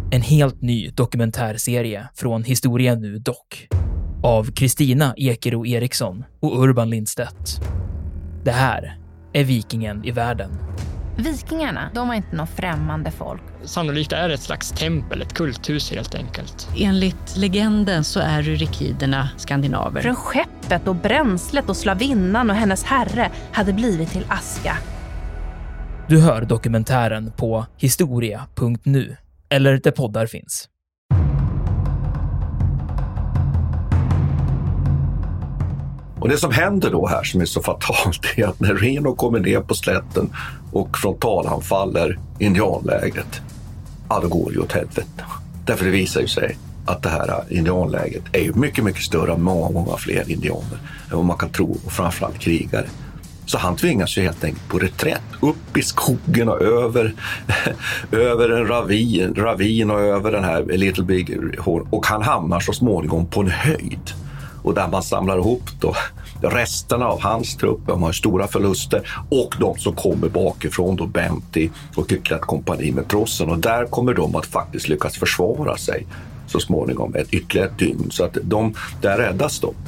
En helt ny dokumentärserie från Historia Nu Dock. Av Kristina Ekero Eriksson och Urban Lindstedt. Det här är Vikingen i världen. Vikingarna, de var inte något främmande folk. Sannolikt är det ett slags tempel, ett kulthus helt enkelt. Enligt legenden så är rykiderna skandinaver. Från skeppet och bränslet och slavinnan och hennes herre hade blivit till aska. Du hör dokumentären på historia.nu eller där poddar finns. Och det som händer då här som är så fatalt är att när Reno kommer ner på slätten och frontalanfaller indianlägret, då går det ju åt helvete. Därför det visar ju sig att det här indianlägret är ju mycket, mycket större än många fler indianer än vad man kan tro, och framförallt krigare. Så han tvingas ju helt enkelt på reträtt upp i skogen och över en ravin och över den här Little Big Horn, och han hamnar så småningom på en höjd. Och där man samlar ihop då resterna av hans trupp, de har stora förluster, och de som kommer bakifrån då, Benty och ytterligare ett kompani med trossen, och där kommer de att faktiskt lyckas försvara sig så småningom ytterligare ett dygn, så att där räddas de.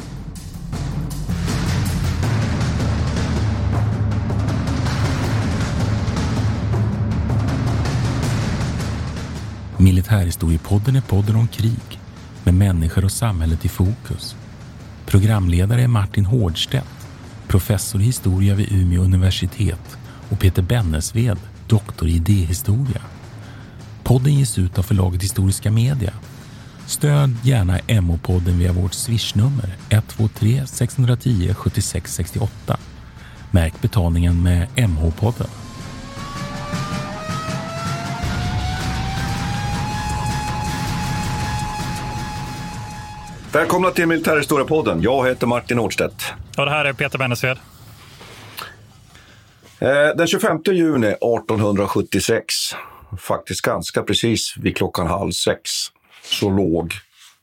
Militärhistoriepodden är podden om krig med människor och samhället i fokus. Programledare är Martin Hårdstedt, professor i historia vid Umeå universitet, och Peter Bennesved, doktor i idéhistoria. Podden ges ut av förlaget Historiska Media. Stöd gärna MH-podden via vårt swishnummer 123 610 76 68. Märk betalningen med MH-podden. Välkomna till Militärhistoriepodden. Jag heter Martin Hårdstedt. Och det här är Peter Bennesved. Den 25 juni 1876, faktiskt ganska precis vid 5:30, så låg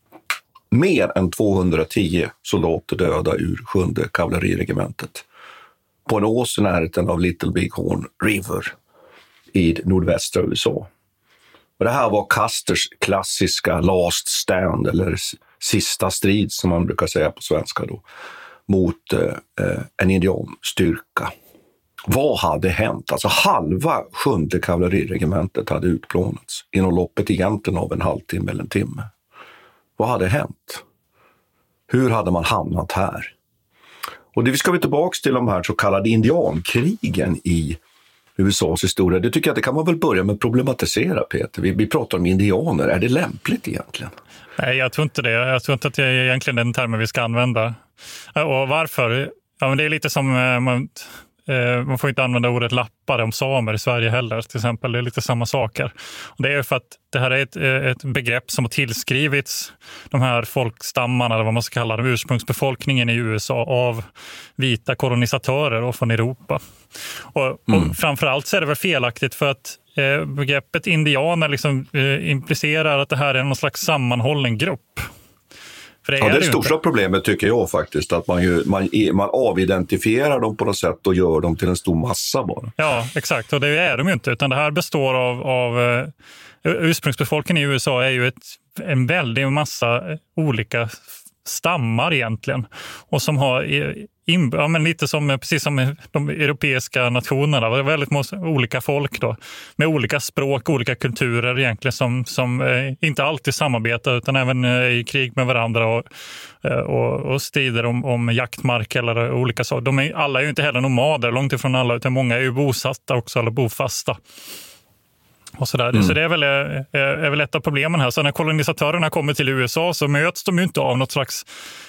mer än 210 soldater döda ur 7:e kavalleriregementet på en ås i närheten av Little Big Horn River i nordvästra USA. Och det här var Custers klassiska last stand, eller sista strid som man brukar säga på svenska då, mot en indianstyrka. Vad hade hänt? Alltså halva 7:e kavalleriregementet hade utplånats inom loppet egentligen av en halvtimme eller en timme. Vad hade hänt? Hur hade man hamnat här? Och det ska vi tillbaka till de här så kallade indiankrigen i USAs historia. Det tycker jag att det kan man väl börja med att problematisera, Peter. Vi pratar om indianer. Är det lämpligt egentligen? Nej, jag tror inte det. Jag tror inte att det är egentligen den termen vi ska använda. Och varför? Ja, men det är lite som man får inte använda ordet lappare om samer i Sverige heller, till exempel. Det är lite samma saker. Och det är för att det här är ett begrepp som har tillskrivits de här folkstammarna, eller vad man ska kalla dem, ursprungsbefolkningen i USA, av vita kolonisatörer och från Europa. Och framförallt så är det väl felaktigt för att begreppet indianer liksom implicerar att det här är någon slags sammanhållen grupp. Det är det största problemet tycker jag faktiskt, att man avidentifierar dem på något sätt och gör dem till en stor massa bara. Ja, exakt. Och det är de ju inte, utan det här består av ursprungsbefolkningen i USA är ju en väldig massa olika stammar egentligen, och som har lite som precis som de europeiska nationerna, det är väldigt olika folk då, med olika språk, olika kulturer egentligen, som inte alltid samarbetar utan även i krig med varandra och strider om jaktmark eller olika saker. Alla är ju inte heller nomader, långt ifrån alla, utan många är ju bosatta också, eller bofasta. Och sådär. Så det är väl ett av problemen här. Så när kolonisatörerna kommer till USA så möts de ju inte av något slags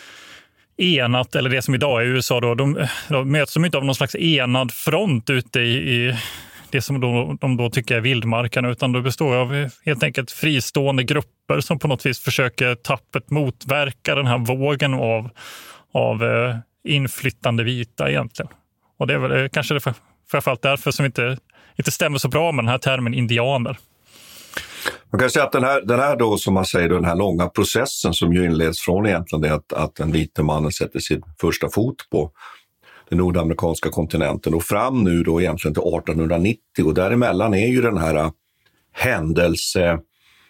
enat, eller det som idag är USA då möts de inte av någon slags enad front ute i det som de då tycker är vildmarken, utan det består av helt enkelt fristående grupper som på något vis försöker tappert motverka den här vågen av inflyttande vita egentligen. Och det är väl kanske det framförallt därför som inte stämmer så bra med den här termen indianer. Man kan säga att den här då, som man säger, den här långa processen som ju inleds från egentligen det att den vita mannen sätter sin första fot på den nordamerikanska kontinenten och fram nu då egentligen till 1890, och däremellan är ju den här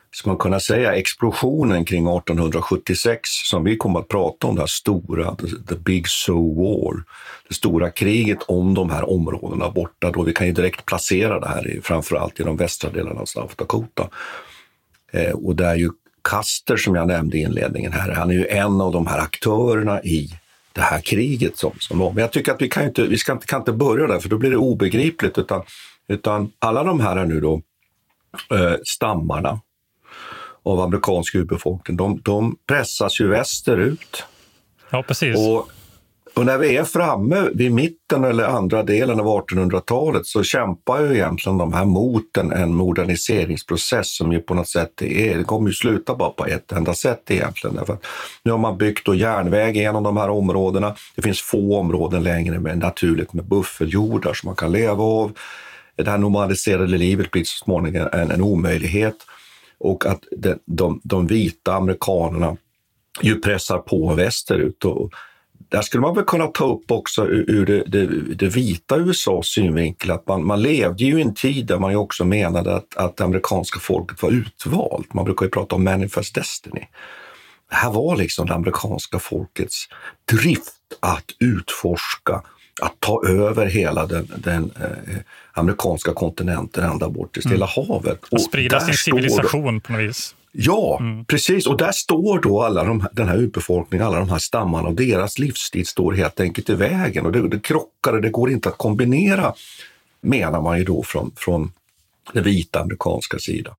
ska man kunna säga, explosionen kring 1876 som vi kommer att prata om, det här stora, the Big Sioux War, det stora kriget om de här områdena borta. Då vi kan ju direkt placera det här framförallt i de västra delarna av South Dakota. Och där är ju Custer, som jag nämnde i inledningen här, han är ju en av de här aktörerna i det här kriget som var. Men jag tycker att vi kan inte börja där, för då blir det obegripligt, utan alla de här nu då stammarna av amerikansk urbefolkning, de pressas ju västerut. Ja, precis. Och när vi är framme vid mitten eller andra delen av 1800-talet så kämpar ju egentligen de här mot en moderniseringsprocess som ju på något sätt det kommer ju sluta bara på ett enda sätt egentligen. Därför att nu har man byggt då järnväg genom de här områdena. Det finns få områden längre med naturligt med buffeljordar som man kan leva av. Det här nomadiserade livet blir så småningom en omöjlighet. Och att de vita amerikanerna ju pressar på västerut. Och där skulle man väl kunna ta upp också ur det vita USAs synvinkel att man levde ju i en tid där man ju också menade att det amerikanska folket var utvalt. Man brukar ju prata om manifest destiny. Det här var liksom det amerikanska folkets drift att utforska, att ta över hela den amerikanska kontinenten ända bort till Stilla havet. Och sprida sin civilisation på något vis. Ja, precis. Och där står då den här urbefolkningen, alla de här stammarna, och deras livsstil står helt enkelt i vägen. Och det krockar, och det går inte att kombinera, menar man ju då från den vita amerikanska sidan.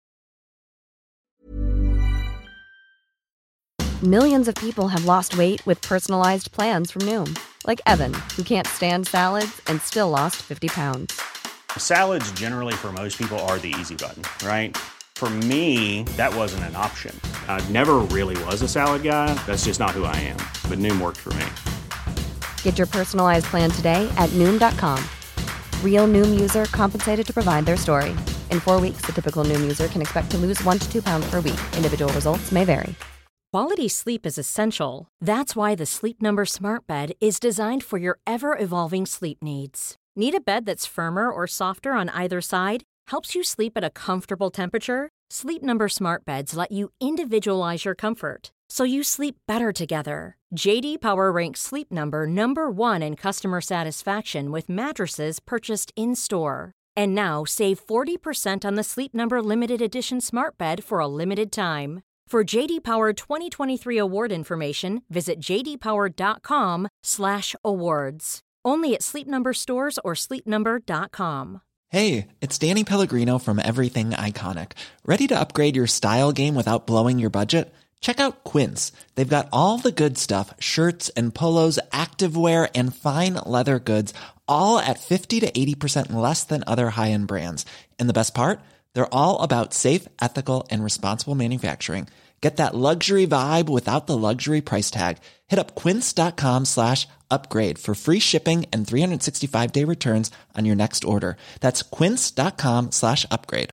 Millions of people have lost weight with personalized plans from Noom. Like Evan, who can't stand salads and still lost 50 pounds. Salads generally for most people are the easy button, right? For me, that wasn't an option. I never really was a salad guy. That's just not who I am. But Noom worked for me. Get your personalized plan today at Noom.com. Real Noom user compensated to provide their story. In 4 weeks, the typical Noom user can expect to lose 1 to 2 pounds per week. Individual results may vary. Quality sleep is essential. That's why the Sleep Number Smart Bed is designed for your ever-evolving sleep needs. Need a bed that's firmer or softer on either side? Helps you sleep at a comfortable temperature? Sleep Number Smart Beds let you individualize your comfort, so you sleep better together. JD Power ranks Sleep Number #1 in customer satisfaction with mattresses purchased in-store. And now, save 40% on the Sleep Number Limited Edition Smart Bed for a limited time. For JD Power 2023 award information, visit jdpower.com/awards. Only at Sleep Number stores or sleepnumber.com. Hey, it's Danny Pellegrino from Everything Iconic. Ready to upgrade your style game without blowing your budget? Check out Quince. They've got all the good stuff, shirts and polos, activewear and fine leather goods, all at 50 to 80% less than other high-end brands. And the best part? They're all about safe, ethical, and responsible manufacturing. Get that luxury vibe without the luxury price tag. Hit up quince.com/upgrade for free shipping and 365-day returns on your next order. That's quince.com/upgrade.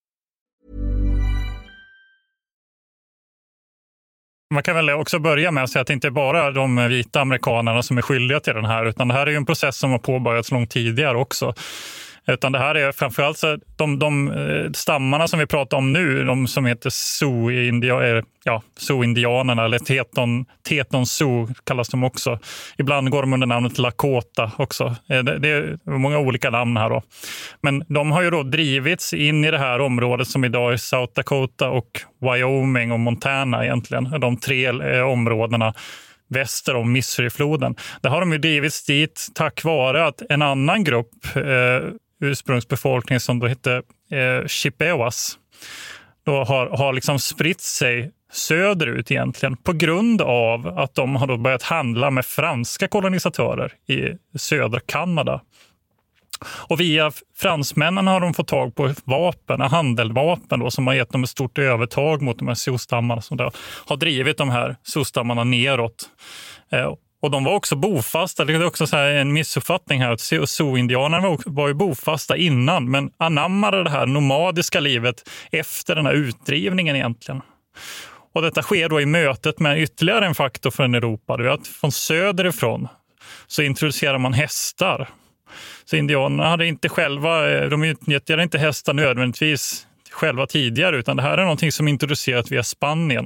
Man kan väl också börja med att säga att det inte är bara de vita amerikanerna som är skyldiga till den här, utan det här är ju en process som har påbörjats långt tidigare också. Utan det här är framförallt så de stammarna som vi pratar om nu, de som heter Sioux-indianerna eller Teton Sioux kallas de också. Ibland går de under namnet Lakota också. Det är många olika namn här då. Men de har ju då drivits in i det här området som idag är South Dakota och Wyoming och Montana egentligen. De 3 områdena väster om Missouri-floden. Där har de ju drivits dit tack vare att en annan grupp ursprungsbefolkning som då hette Chippewas då har liksom spritt sig söderut egentligen på grund av att de har då börjat handla med franska kolonisatörer i södra Kanada. Och via fransmännen har de fått tag på handeldvapen då, som har gett dem ett stort övertag mot de här Sioux-stammarna som då har drivit de här Sioux-stammarna neråt. Och de var också bofasta, det är också så här en missuppfattning här att Sioux-indianerna var ju bofasta innan men anammade det här nomadiska livet efter den här utdrivningen egentligen. Och detta sker då i mötet med ytterligare en faktor från Europa. Det är att från söderifrån så introducerar man hästar. Så indianerna hade inte själva, de utnyttjade inte hästar nödvändigtvis själva tidigare, utan det här är någonting som introducerat via Spanien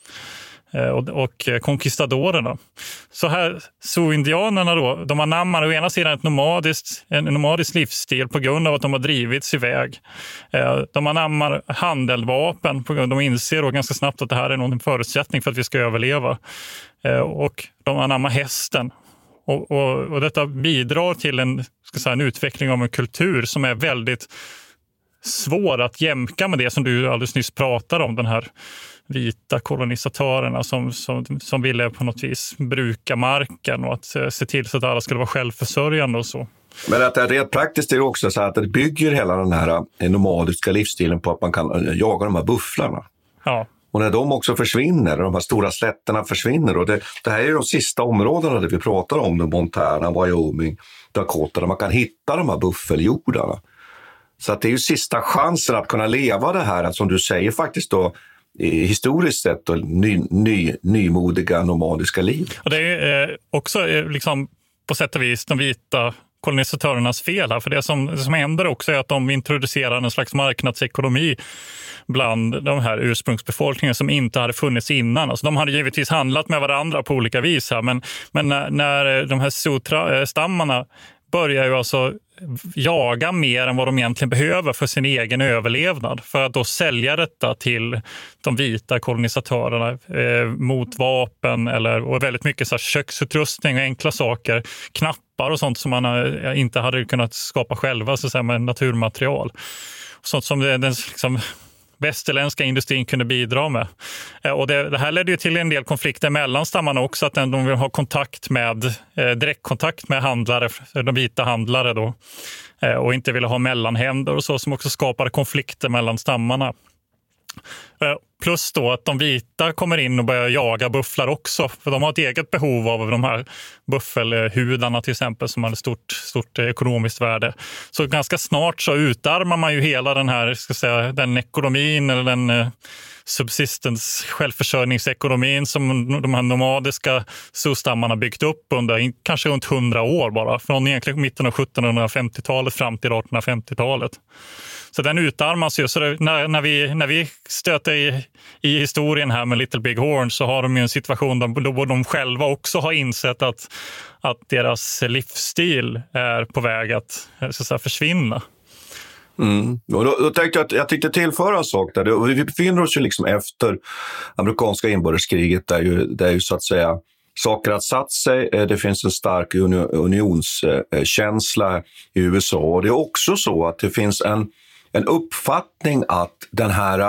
och konkistadorerna. Så här Sioux-indianerna då, de anammar å ena sidan en nomadisk livsstil på grund av att de har drivits iväg. De anammar handeldvapen på grund av att de inser då ganska snabbt att det här är någon förutsättning för att vi ska överleva. Och de anammar hästen. Och detta bidrar till en utveckling av en kultur som är väldigt svår att jämka med det som du alldeles nyss pratade om, den här vita kolonisatörerna som ville på något vis bruka marken och att se till så att alla skulle vara självförsörjande och så. Men att det är rent praktiskt är det också så att det bygger hela den här nomadiska livsstilen på att man kan jaga de här bufflarna. Ja. Och när de också försvinner, de här stora slätterna försvinner, och det här är de sista områdena där vi pratar om, Montana, Wyoming, Dakota, där man kan hitta de här buffeljordarna. Så att det är ju sista chansen att kunna leva det här, som du säger faktiskt då, historiskt sett och nymodiga nomadiska liv. Och det är också liksom på sätt och vis de vita kolonisatörernas fel här. För det som händer också är att de introducerar en slags marknadsekonomi bland de här ursprungsbefolkningen som inte hade funnits innan. Alltså de hade givetvis handlat med varandra på olika vis här, men när de här Sioux-stammarna börjar ju alltså jaga mer än vad de egentligen behöver för sin egen överlevnad, för att då sälja detta till de vita kolonisatörerna mot vapen och väldigt mycket så här köksutrustning och enkla saker, knappar och sånt som man inte hade kunnat skapa själva så att säga, med naturmaterial. Sånt som den liksom västerländska industrin kunde bidra med. Och det här ledde ju till en del konflikter mellan stammarna också, att de vill ha direktkontakt med handlare, de vita handlare då, och inte ville ha mellanhänder och så, som också skapade konflikter mellan stammarna. Plus då att de vita kommer in och börjar jaga bufflar också, för de har ett eget behov av de här buffelhudarna till exempel, som har ett stort ekonomiskt värde. Så ganska snart så utarmar man ju hela den här, den ekonomin eller den subsistence, självförsörjningsekonomin som de här nomadiska Sioux-stammarna byggt upp under kanske runt 100 år bara, från egentligen mitten av 1750-talet fram till 1850-talet. Så den utarmas ju. Så när vi stöter i historien här med Little Big Horn, så har de ju en situation där de själva också har insett att deras livsstil är på väg att försvinna. Och då tänkte jag tänkte tillföra en sak där. Vi befinner oss ju liksom efter amerikanska inbördeskriget, där ju så att säga saker har satt sig. Det finns en stark unionskänsla i USA, och det är också så att det finns en uppfattning att den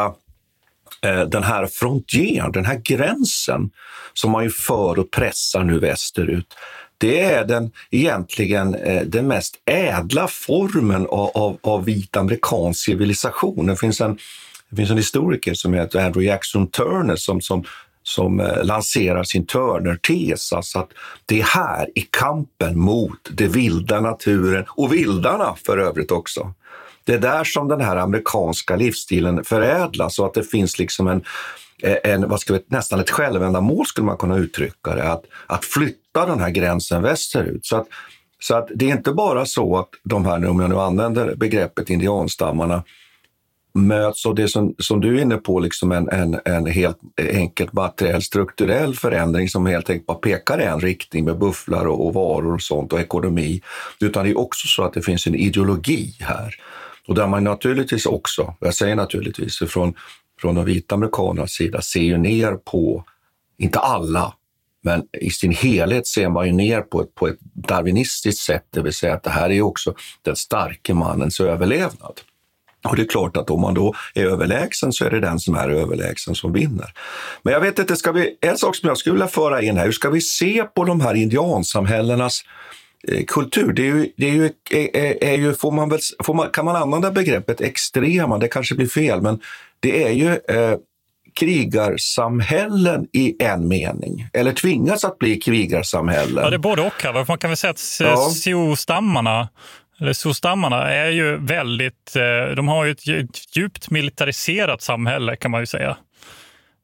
här frontieren, den här gränsen som man ju för och pressar nu västerut, det är egentligen den mest ädla formen av vit amerikansk civilisation. Det finns en historiker som heter Andrew Jackson Turner som lanserar sin Turner-tes, alltså att det är här i kampen mot det vilda naturen och vildarna för övrigt också. Det är där som den här amerikanska livsstilen förädlas, och att det finns liksom nästan ett självändamål skulle man kunna uttrycka det, att flytta den här gränsen västerut. Så att det är inte bara så att de här, om jag nu använder begreppet indianstammarna, möts av det som du är inne på, liksom en helt enkelt materiell strukturell förändring som helt enkelt bara pekar i en riktning med bufflar och varor och sånt och ekonomi, utan det är också så att det finns en ideologi här. Och där man naturligtvis också, jag säger naturligtvis från de vita amerikanernas sida, ser ju ner på, inte alla, men i sin helhet ser man ju ner på ett darwinistiskt sätt, det vill säga att det här är också den starke mannens överlevnad. Och det är klart att om man då är överlägsen, så är det den som är överlägsen som vinner. Men jag vet inte, en sak som jag skulle vilja föra in här, hur ska vi se på de här indiansamhällenas kultur? Det är ju kan man använda begreppet extrema, det kanske blir fel, men det är ju krigarsamhällen i en mening, eller tvingas att bli krigarsamhällen. Ja, det är både och här. Man kan väl säga att Sioux-stammarna är ju väldigt, de har ju ett djupt militariserat samhälle, kan man ju säga.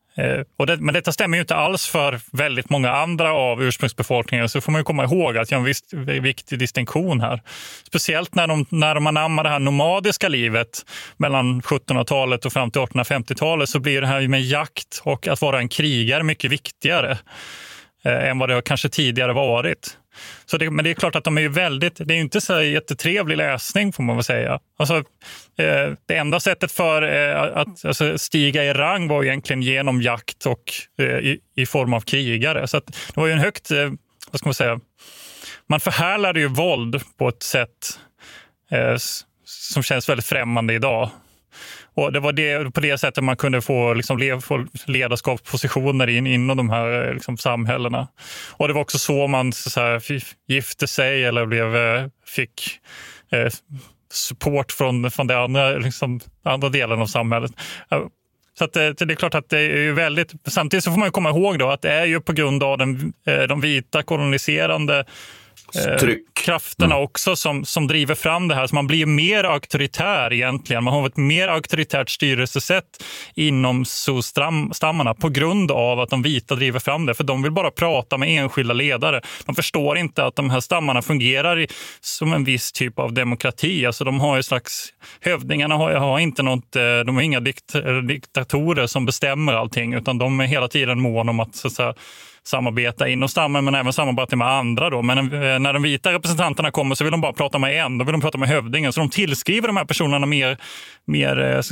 Men detta stämmer ju inte alls för väldigt många andra av ursprungsbefolkningen, så får man ju komma ihåg att det är en viss viktig distinktion här. Speciellt när de anammar det här nomadiska livet mellan 1700-talet och fram till 1850-talet, så blir det här med jakt och att vara en krigare mycket viktigare än vad det har kanske tidigare varit. Men det är klart att de är ju det är ju inte så jättetrevlig läsning, får man väl säga. Alltså, det enda sättet för att stiga i rang var egentligen genom jakt och i form av krigare. Så att det var ju en högt, vad ska man säga, man förhärlade ju våld på ett sätt som känns väldigt främmande idag. Och det var på det sättet man kunde få ledarskapspositioner inom de här samhällena. Och det var också så man gifte sig eller fick support från det andra delen av samhället. Så att det är klart att det är ju väldigt... Samtidigt så får man ju komma ihåg då att det är ju på grund av de vita koloniserande krafterna också som driver fram det här. Så man blir mer auktoritär egentligen. Man har ett mer auktoritärt styrelsesätt inom Sioux-stammarna på grund av att de vita driver fram det. För de vill bara prata med enskilda ledare. De förstår inte att de här stammarna fungerar som en viss typ av demokrati. Alltså de har ju hövdingarna har inte något, de har inga diktatorer som bestämmer allting, utan de är hela tiden mån om att samarbeta inom stammen, men även samarbeta med andra då. Men när de vita representanterna kommer så vill de bara prata med en, då vill de prata med hövdingen. Så de tillskriver de här personerna mer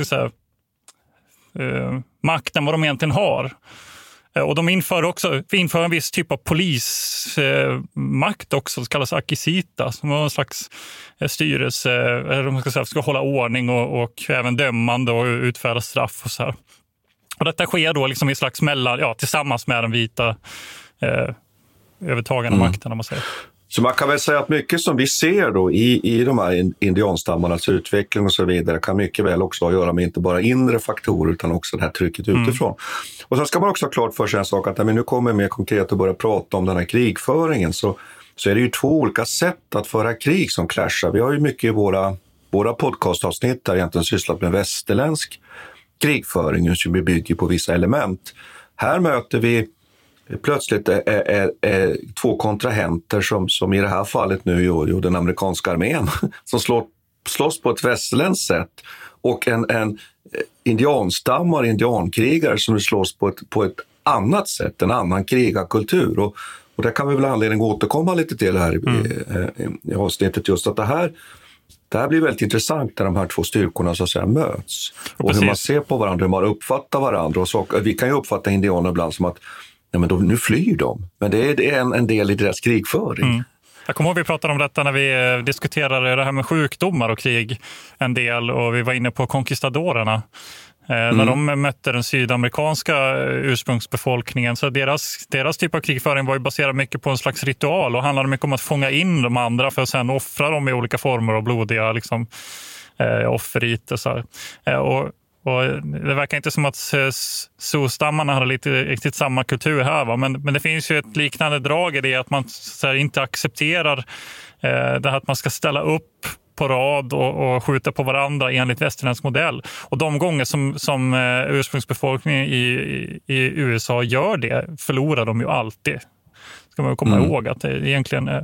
makt än vad de egentligen har. Och de inför en viss typ av polismakt också, som kallas akisita, som var en slags styrelse, eller de ska hålla ordning och även dömande och utfärda straff och så här. Och detta sker då i slags tillsammans med den vita övertagande makten, om man säger. Så man kan väl säga att mycket som vi ser då i de här indianstammarnas utveckling och så vidare kan mycket väl också ha att göra med inte bara inre faktorer utan också det här trycket utifrån. Och sen ska man också ha klart för sig en sak, att när vi nu kommer mer konkret och börjar prata om den här krigföringen så är det ju två olika sätt att föra krig som clashar. Vi har ju mycket i våra podcastavsnitt där egentligen sysslat med västerländsk krigföringen som bygger på vissa element. Här möter vi plötsligt två kontrahenter som i det här fallet nu är den amerikanska armén som slåss på ett västerländskt sätt, och en indianstammar, indiankrigare som slåss på ett annat sätt, en annan krigarkultur. Och där kan vi väl anledning att återkomma lite till här i avsnittet, just att det här blir väldigt intressant när de här två styrkorna så att säga möts. Och hur man ser på varandra, hur man uppfattar varandra. Och så, vi kan ju uppfatta indianer ibland som att nu flyr de. Men det är en del i deras krigföring. Jag kommer ihåg vi pratade om detta när vi diskuterade det här med sjukdomar och krig en del. Och vi var inne på conquistadorerna. När de mötte den sydamerikanska ursprungsbefolkningen, så deras typ av krigföring var ju baserad mycket på en slags ritual och handlade mycket om att fånga in de andra för att sedan offra dem i olika former av blodiga offerriter. Och det verkar inte som att Sioux-stammarna hade riktigt samma kultur här, va? Men det finns ju ett liknande drag i det att man inte accepterar det här att man ska ställa upp på rad och skjuta på varandra enligt västerländsk modell. Och de gånger som ursprungsbefolkningen i USA gör det förlorar de ju alltid. Ska man komma ihåg att det egentligen är...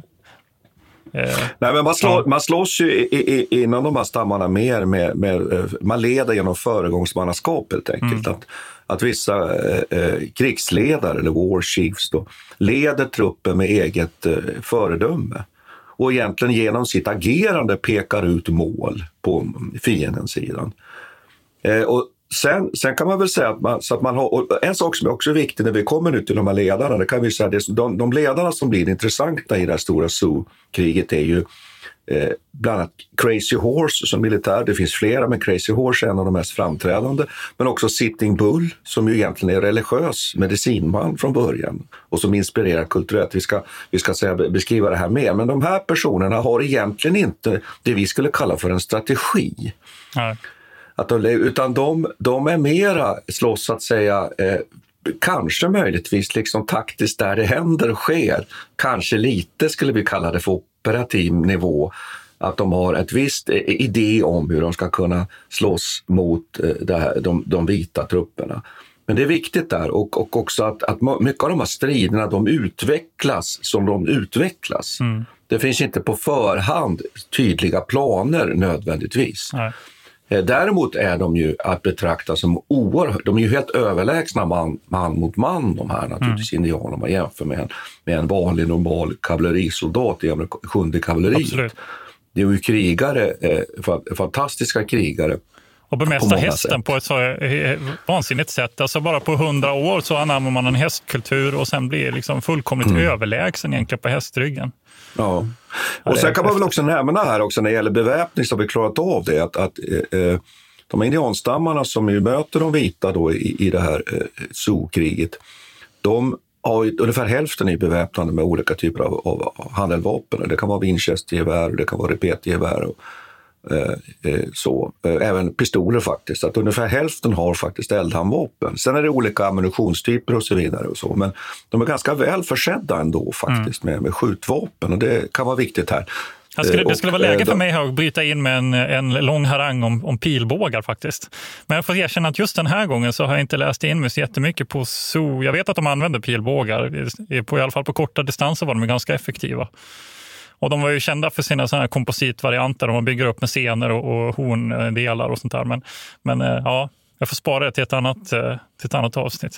Nej, men man slåss ju inom de här stammarna mer med man leder genom föregångsmannaskap helt enkelt. Att vissa krigsledare eller war chiefs då leder truppen med eget föredöme. Och egentligen genom sitt agerande pekar ut mål på fiendens sidan. Och sen kan man väl säga att man har... Och en sak som är också viktig när vi kommer nu till de här ledarna, det kan vi säga, de ledarna som blir intressanta i det här stora Sioux-kriget är ju bland annat Crazy Horse som militär. Det finns flera, men Crazy Horse är en av de mest framträdande. Men också Sitting Bull som ju egentligen är religiös medicinman från början och som inspirerar kulturellt. Vi ska beskriva det här mer. Men de här personerna har egentligen inte det vi skulle kalla för en strategi. Nej. Utan de är mera slåss att säga... kanske möjligtvis taktiskt där det händer och sker. Kanske lite skulle vi kalla det för operativ nivå. Att de har ett visst idé om hur de ska kunna slåss mot de vita trupperna. Men det är viktigt där och också att mycket av de här striderna de utvecklas som de utvecklas. Det finns inte på förhand tydliga planer nödvändigtvis. Nej. Däremot är de ju att betrakta som de är ju helt överlägsna man mot man de här naturligtvis indianerna man jämför med en vanlig normal kavallerisoldat i 7:e kavalleriet. Absolut. Det är ju krigare, fantastiska krigare. Och bemästra hästen på ett så vansinnigt sätt. Alltså bara på 100 år så anammar man en hästkultur och sen blir liksom fullkomligt överlägsen egentligen på hästryggen. Ja, och sen kan man väl också nämna här också när det gäller beväpning så har vi klarat av det att de indianstammarna som ju möter de vita då i det här Sioux-kriget, de har ungefär hälften i beväpnande med olika typer av handeldvapen. Det kan vara Winchestergevär, det kan vara repetgevär och så. Även pistoler faktiskt. Att ungefär hälften har faktiskt eldhandvapen. Sen är det olika ammunitionstyper och så vidare och så. Men de är ganska väl försedda ändå faktiskt med skjutvapen och det kan vara viktigt här. Det skulle vara läge för mig att bryta in med en lång harang om pilbågar faktiskt. Men jag får erkänna att just den här gången så har jag inte läst in mig så jättemycket på Sioux. Jag vet att de använder pilbågar. I alla fall på korta distanser var de ganska effektiva. Och de var ju kända för sina sådana här kompositvarianter. De bygger upp med scener och horndelar och sånt där. Men ja, jag får spara det till ett annat avsnitt.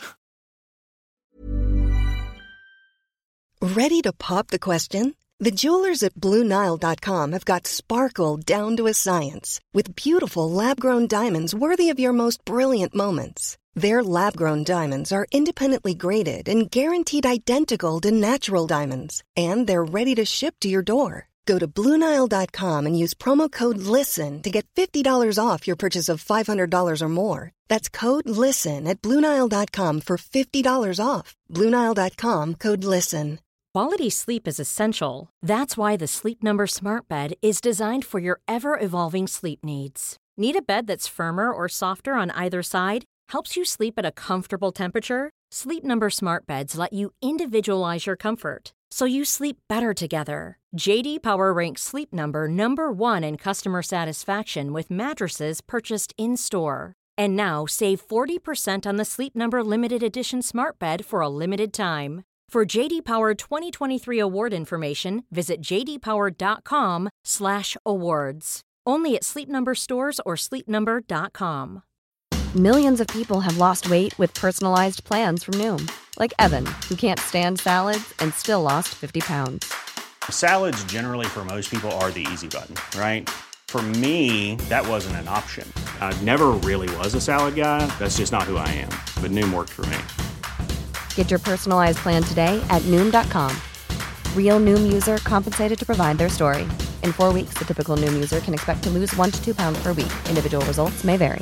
Ready to pop the question? The jewelers at BlueNile.com have got sparkle down to a science with beautiful lab-grown diamonds worthy of your most brilliant moments. Their lab-grown diamonds are independently graded and guaranteed identical to natural diamonds, and they're ready to ship to your door. Go to BlueNile.com and use promo code LISTEN to get $50 off your purchase of $500 or more. That's code LISTEN at BlueNile.com for $50 off. BlueNile.com, code LISTEN. Quality sleep is essential. That's why the Sleep Number Smart Bed is designed for your ever-evolving sleep needs. Need a bed that's firmer or softer on either side? Helps you sleep at a comfortable temperature? Sleep Number Smart Beds let you individualize your comfort, so you sleep better together. JD Power ranks Sleep Number #1 in customer satisfaction with mattresses purchased in-store. And now save 40% on the Sleep Number Limited Edition Smart Bed for a limited time. For JD Power 2023 award information, visit jdpower.com/awards. Only at Sleep Number stores or sleepnumber.com. Millions of people have lost weight with personalized plans from Noom. Like Evan, who can't stand salads and still lost 50 pounds. Salads generally for most people are the easy button, right? For me, that wasn't an option. I never really was a salad guy. That's just not who I am. But Noom worked for me. Get your personalized plan today at Noom.com. Real Noom user compensated to provide their story. In 4 weeks, the typical Noom user can expect to lose 1 to 2 pounds per week. Individual results may vary.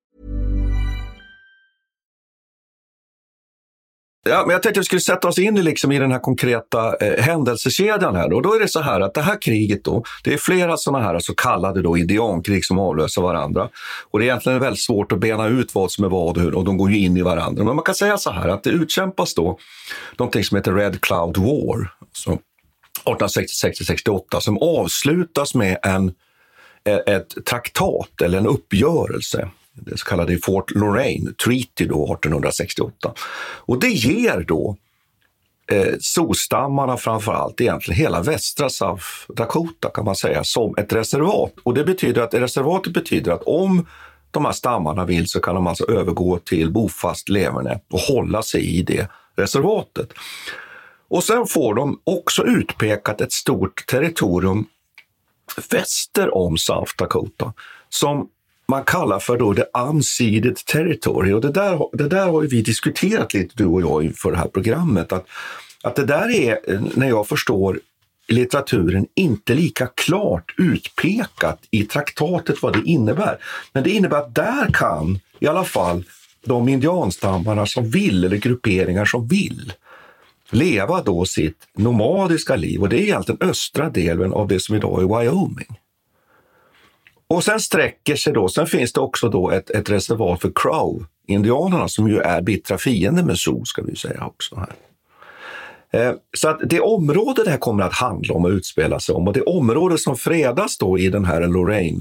Ja, men jag tänkte att vi skulle sätta oss in i den här konkreta händelsekedjan här. Och då är det så här att det här kriget då, det är flera sådana här så kallade då indiankrig som avlöser varandra. Och det är egentligen väldigt svårt att bena ut vad som är vad och hur, och de går ju in i varandra. Men man kan säga så här att det utkämpas då någonting som heter Red Cloud War, så 1866-68, som avslutas med ett traktat eller en uppgörelse. Det så kallade Fort Loraine Treaty då 1868. Och det ger då Sioux-stammarna framförallt egentligen hela västra South Dakota kan man säga som ett reservat. Och det betyder att reservatet betyder att om de här stammarna vill så kan de alltså övergå till bofast leverne och hålla sig i det reservatet. Och sen får de också utpekat ett stort territorium väster om South Dakota som man kallar för då the unceded territory. Och det där har ju vi diskuterat lite, du och jag, inför det här programmet. Att det där är, när jag förstår litteraturen, inte lika klart utpekat i traktatet vad det innebär. Men det innebär att där kan i alla fall de indianstammarna som vill, eller grupperingar som vill, leva då sitt nomadiska liv. Och det är egentligen östra delen av det som idag är Wyoming. Och sen sträcker sig då, sen finns det också då ett reservat för Crow-indianerna som ju är bittra fiender med Sioux, ska vi säga också här. Så att det område det här kommer att handla om och utspela sig om, och det område som fredas då i den här Loraine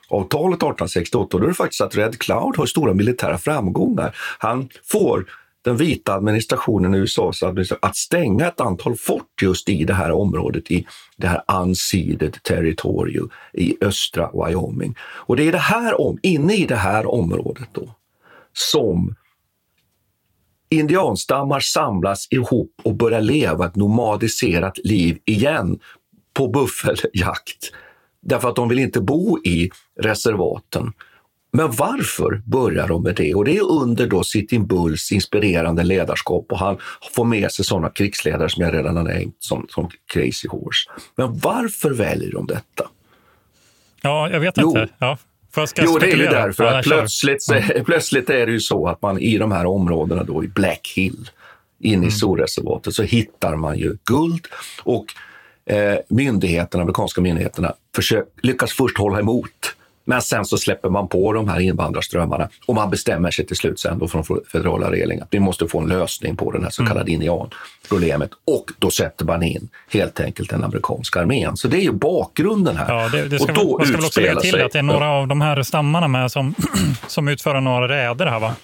avtalet 1868, då är det faktiskt att Red Cloud har stora militära framgångar. Han får den vita administrationen i USA att stänga ett antal fort just i det här området, i det här unceded territory i östra Wyoming. Och det är det här inne i det här området då som indianstammar samlas ihop och börjar leva ett nomadiserat liv igen på buffeljakt. Därför att de vill inte bo i reservaten. Men varför börjar de med det? Och det är under då Sitting Bulls inspirerande ledarskap, och han får med sig sådana krigsledare som jag redan har nämnt som Crazy Horse. Men varför väljer de detta? Ja, jag vet inte. Ja. Jo, det är ju därför att plötsligt är det ju så att man i de här områdena då i Black Hill, in i storreservatet, så hittar man ju guld, och amerikanska myndigheterna lyckas först hålla emot. Men sen så släpper man på de här invandrarströmmarna, och man bestämmer sig till slut sen då från federala regeringen att vi måste få en lösning på den här så kallade indianproblemet, och då sätter man in helt enkelt den amerikanska armén. Så det är ju bakgrunden här. Ja, det ska man ska väl också lägga till att det är några av de här stammarna med som utför några räder här, va?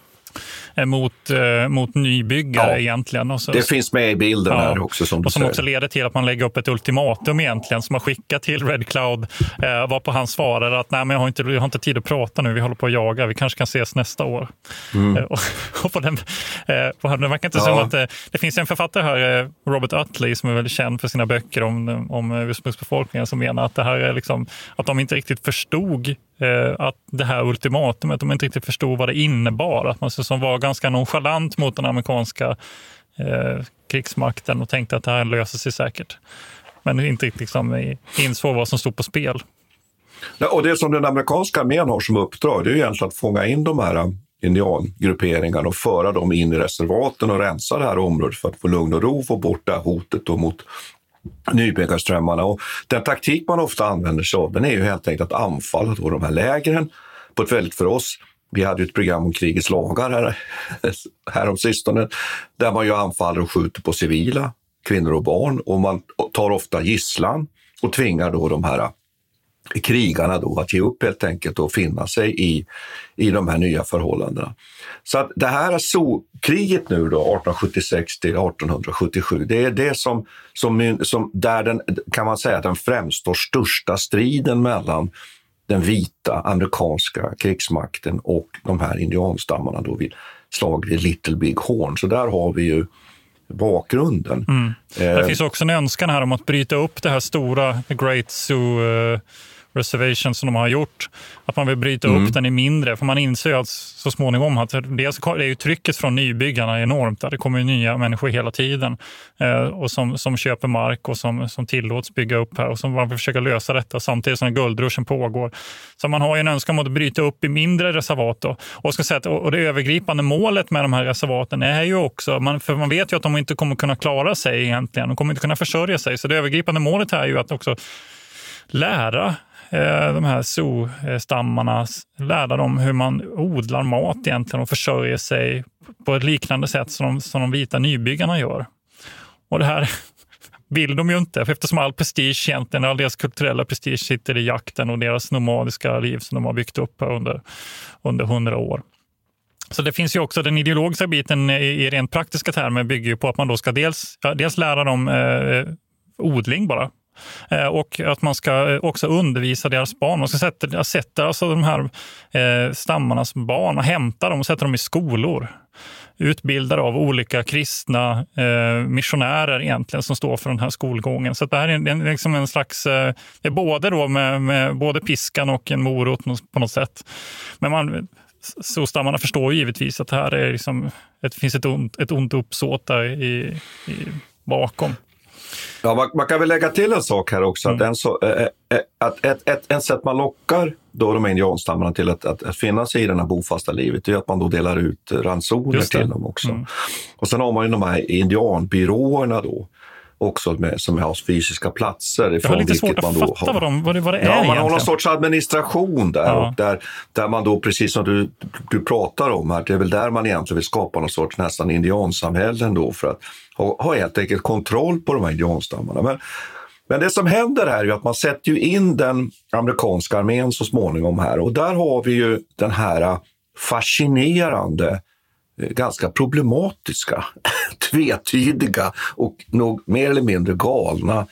Mot nybyggare egentligen. Och så, det finns med i bilden här också, som du och som också leder till att man lägger upp ett ultimatum egentligen som man skickar till Red Cloud, varpå han svarar att nej, men jag har inte tid att prata nu, vi håller på att jaga, vi kanske kan ses nästa år. Och på den verkar inte som att det finns en författare här, Robert Utley, som är väldigt känd för sina böcker om ursprungsbefolkningen, som menar att det här är liksom, att de inte riktigt förstod att det här ultimatumet, de inte riktigt förstod vad det innebar, att man som var ganska nonchalant mot den amerikanska krigsmakten och tänkte att det här löser sig säkert, men inte riktigt liksom insåg vad som stod på spel. Ja, och det som den amerikanska armén har som uppdrag, det är ju egentligen att fånga in de här indiangrupperingarna och föra dem in i reservaten och rensa det här området för att få lugn och ro, få bort det här hotet då mot nybyggarströmmarna. Och den taktik man ofta använder sig av, den är ju helt enkelt att anfalla då de här lägren på ett väldigt, för oss, vi hade ju ett program om krigets lagar här om sistone, där man ju anfaller och skjuter på civila, kvinnor och barn, och man tar ofta gisslan och tvingar då de här krigarna då att ge upp helt enkelt och finna sig i de här nya förhållandena. Så att det här kriget nu då 1876 till 1877, det är det som där den, kan man säga, den främst och största striden mellan den vita amerikanska krigsmakten och de här indianstammarna då vid slaget i Little Big Horn. Så där har vi ju bakgrunden. Det finns också en önskan här om att bryta upp det här stora Great Sioux Reservation som de har gjort. Att man vill bryta upp den i mindre. För man inser att så småningom att det är ju trycket från nybyggarna enormt. Där det kommer ju nya människor hela tiden. Och som köper mark och som tillåts bygga upp här. Och som man vill försöka lösa detta samtidigt som guldruschen pågår. Så man har ju en önskan om att bryta upp i mindre reservat då. Och, ska säga att, och det övergripande målet med de här reservaten är ju också, för man vet ju att de inte kommer kunna klara sig egentligen. De kommer inte kunna försörja sig. Så det övergripande målet här är ju att också lära de här Sioux-stammarna, lära dem hur man odlar mat egentligen och försörjer sig på ett liknande sätt som de vita nybyggarna gör. Och det här vill de ju inte, för eftersom all prestige egentligen, all deras kulturella prestige sitter i jakten och deras nomadiska liv som de har byggt upp under 100 år. Så det finns ju också den ideologiska biten i rent praktiska termer bygger ju på att man då ska dels lära dem odling bara. Och att man ska också undervisa deras barn. Man ska sätta alltså de här stammarnas barn och hämta dem och sätta dem i skolor. Utbildade av olika kristna missionärer egentligen som står för den här skolgången. Så att det här är liksom en slags, det är både då med både piskan och en morot på något sätt. Men så stammarna förstår ju givetvis att det här är liksom, det finns ett ont uppsåt där bakom. Ja, man kan väl lägga till en sak här också, att ett sätt man lockar då de indianstammarna till att finna sig i den här bofasta livet är att man då delar ut ransoner till dem också. Och sen har man ju de här indianbyråerna då också som har fysiska platser. Jag har lite svårt att fatta vad det är egentligen. Man har någon sorts administration där, och där man då, precis som du pratar om här, det är väl där man egentligen vill skapa någon sorts nästan indiansamhällen då för att ha helt enkelt kontroll på de här indianstammarna. Men Men det som händer är ju att man sätter ju in den amerikanska armén så småningom här. Och där har vi ju den här fascinerande, ganska problematiska, tvetydiga och nog mer eller mindre galna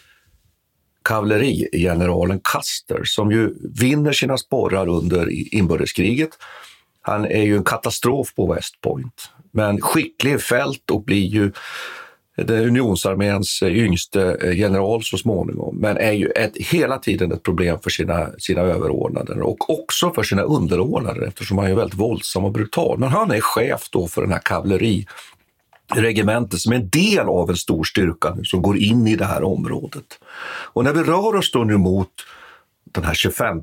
kavallerigeneralen Custer som ju vinner sina sporrar under inbördeskriget. Han är ju en katastrof på West Point, men skicklig i fält och blir ju unionsarméns yngste general så småningom, men är ju hela tiden ett problem för sina överordnade och också för sina underordnade eftersom han är väldigt våldsam och brutal. Men han är chef då för den här kavalleriregementet som är en del av en stor styrka nu, som går in i det här området. Och när vi rör oss då nu mot den här 25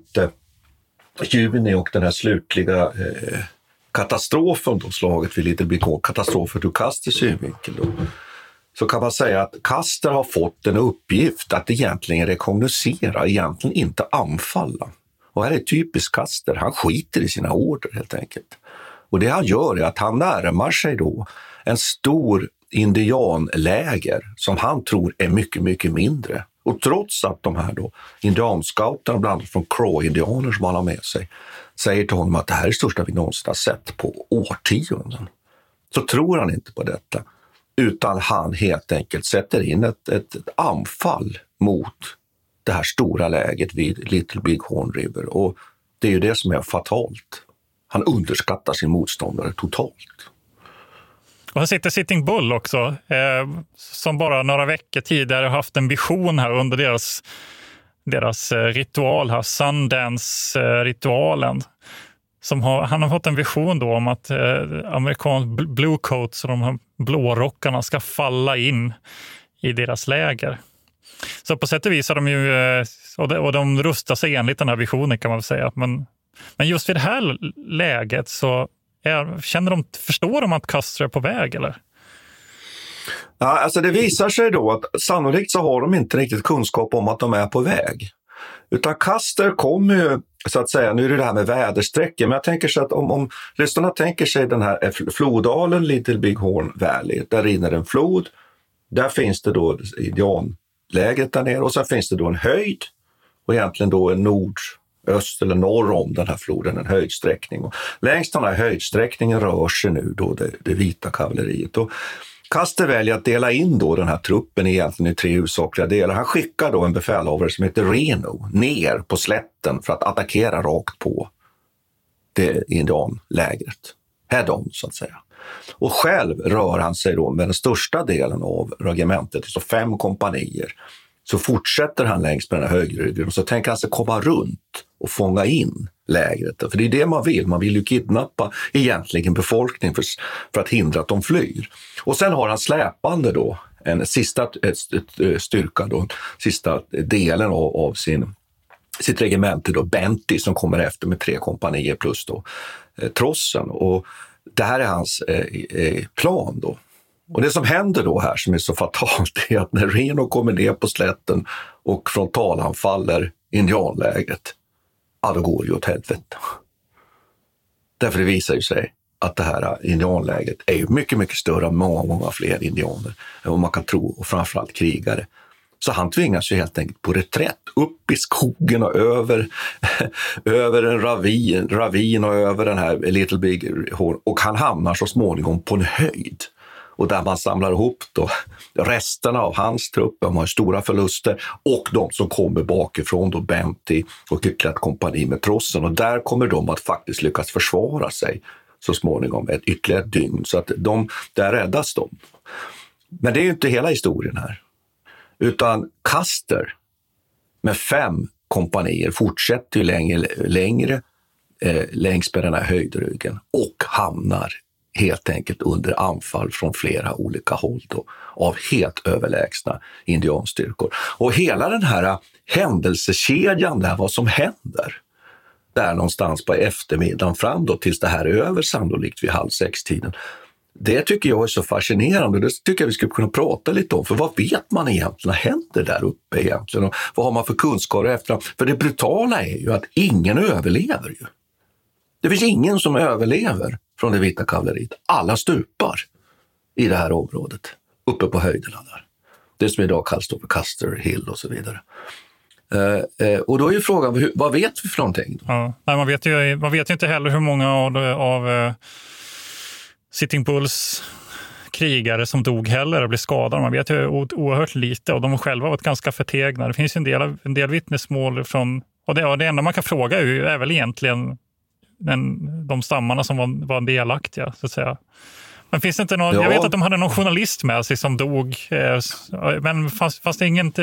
juni och den här slutliga katastrofen då, slaget vid Little Big Horn, katastrofen ur Custers synvinkel då, så kan man säga att Custer har fått en uppgift att egentligen rekognosera, egentligen inte anfalla. Och här är typiskt Custer, han skiter i sina order helt enkelt. Och det han gör är att han närmar sig då en stor indianläger som han tror är mycket, mycket mindre. Och trots att de här då indianscouterna, bland annat från Crow-indianer som han har med sig, säger till honom att det här är det största vi någonsin har sett på årtionden, så tror han inte på detta. Utan han helt enkelt sätter in ett anfall mot det här stora läget vid Little Big Horn River. Och det är ju det som är fatalt. Han underskattar sin motståndare totalt. Och här sitter Sitting Bull också, som bara några veckor tidigare har haft en vision här under deras ritual här, Sundance-ritualen. Han har fått en vision då om att amerikanska bluecoats och de här blårockarna ska falla in i deras läger. Så på sätt och vis har de ju, och de rustar sig enligt den här visionen kan man väl säga. Men just vid det här läget så förstår de att Custer är på väg eller? Ja, alltså det visar sig då att sannolikt så har de inte riktigt kunskap om att de är på väg. Utan Custer kommer ju, så att säga, nu är det här med vädersträckor, men jag tänker så att om lyssnarna tänker sig den här floddalen Little Big Horn Valley, där rinner en flod, där finns det då indianläget där nere och sen finns det då en höjd och egentligen då en nordöst eller norr om den här floden, en höjdsträckning. Och längs den här höjdsträckningen rör sig nu då det vita kavalleriet. Och Custer väljer att dela in då den här truppen egentligen i 3 huvudsakliga delar. Han skickar då en befälhavare som heter Reno ner på slätten för att attackera rakt på det indianlägret. Head on så att säga. Och själv rör han sig då med den största delen av regementet, så 5 kompanier. Så fortsätter han längs med den här högryggen och så tänker han sig komma runt och fånga in lägret. För det är det man vill. Man vill ju kidnappa egentligen befolkningen för att hindra att de flyr. Och sen har han släpande då en sista styrka då, sista delen av sitt regemente då, Benty, som kommer efter med 3 kompanier plus då trossen. Och det här är hans plan då. Och det som händer då här som är så fatalt är att när Reno kommer ner på slätten och frontalanfaller indianlägret, ja då går det ju åt helvete. Därför det visar ju sig att det här indianläget är ju mycket, mycket större än många fler indianer än vad man kan tro, och framförallt krigare. Så han tvingas ju helt enkelt på reträtt upp i skogen och över en ravin och över den här Little Big Horn, och han hamnar så småningom på en höjd. Och där man samlar ihop då resterna av hans trupp, de har stora förluster, och de som kommer bakifrån då, Benty och ytterligare ett kompani med trossen. Och där kommer de att faktiskt lyckas försvara sig så småningom ett ytterligare dygn. Så att där räddas de. Men det är ju inte hela historien här. Utan Custer med 5 kompanier fortsätter ju längre längs med den här höjdryggen och hamnar helt enkelt under anfall från flera olika håll då, av helt överlägsna indianstyrkor. Och hela den här händelsekedjan där, vad som händer där någonstans på eftermiddagen fram då tills det här är över, sannolikt vid 5:30-tiden. Det tycker jag är så fascinerande. Det tycker jag vi skulle kunna prata lite om. För vad vet man egentligen händer där uppe egentligen? Och vad har man för kunskaper efter? För det brutala är ju att ingen överlever ju. Det finns ingen som överlever från det vita kavalleriet. Alla stupar i det här området, uppe på höjderna där. Det som idag kallas för Custer Hill och så vidare. Och då är ju frågan, vad vet vi för någonting? Ja, nej, man vet ju inte heller hur många av Sitting Bulls krigare som dog heller och blev skadade. Man vet ju oerhört lite och de själva har varit ganska förtegna. Det finns ju en del vittnesmål från, och det enda man kan fråga är väl egentligen de stammarna som var delaktiga, så att säga. Men finns det inte någon, jag vet att de hade någon journalist med sig som dog, men fast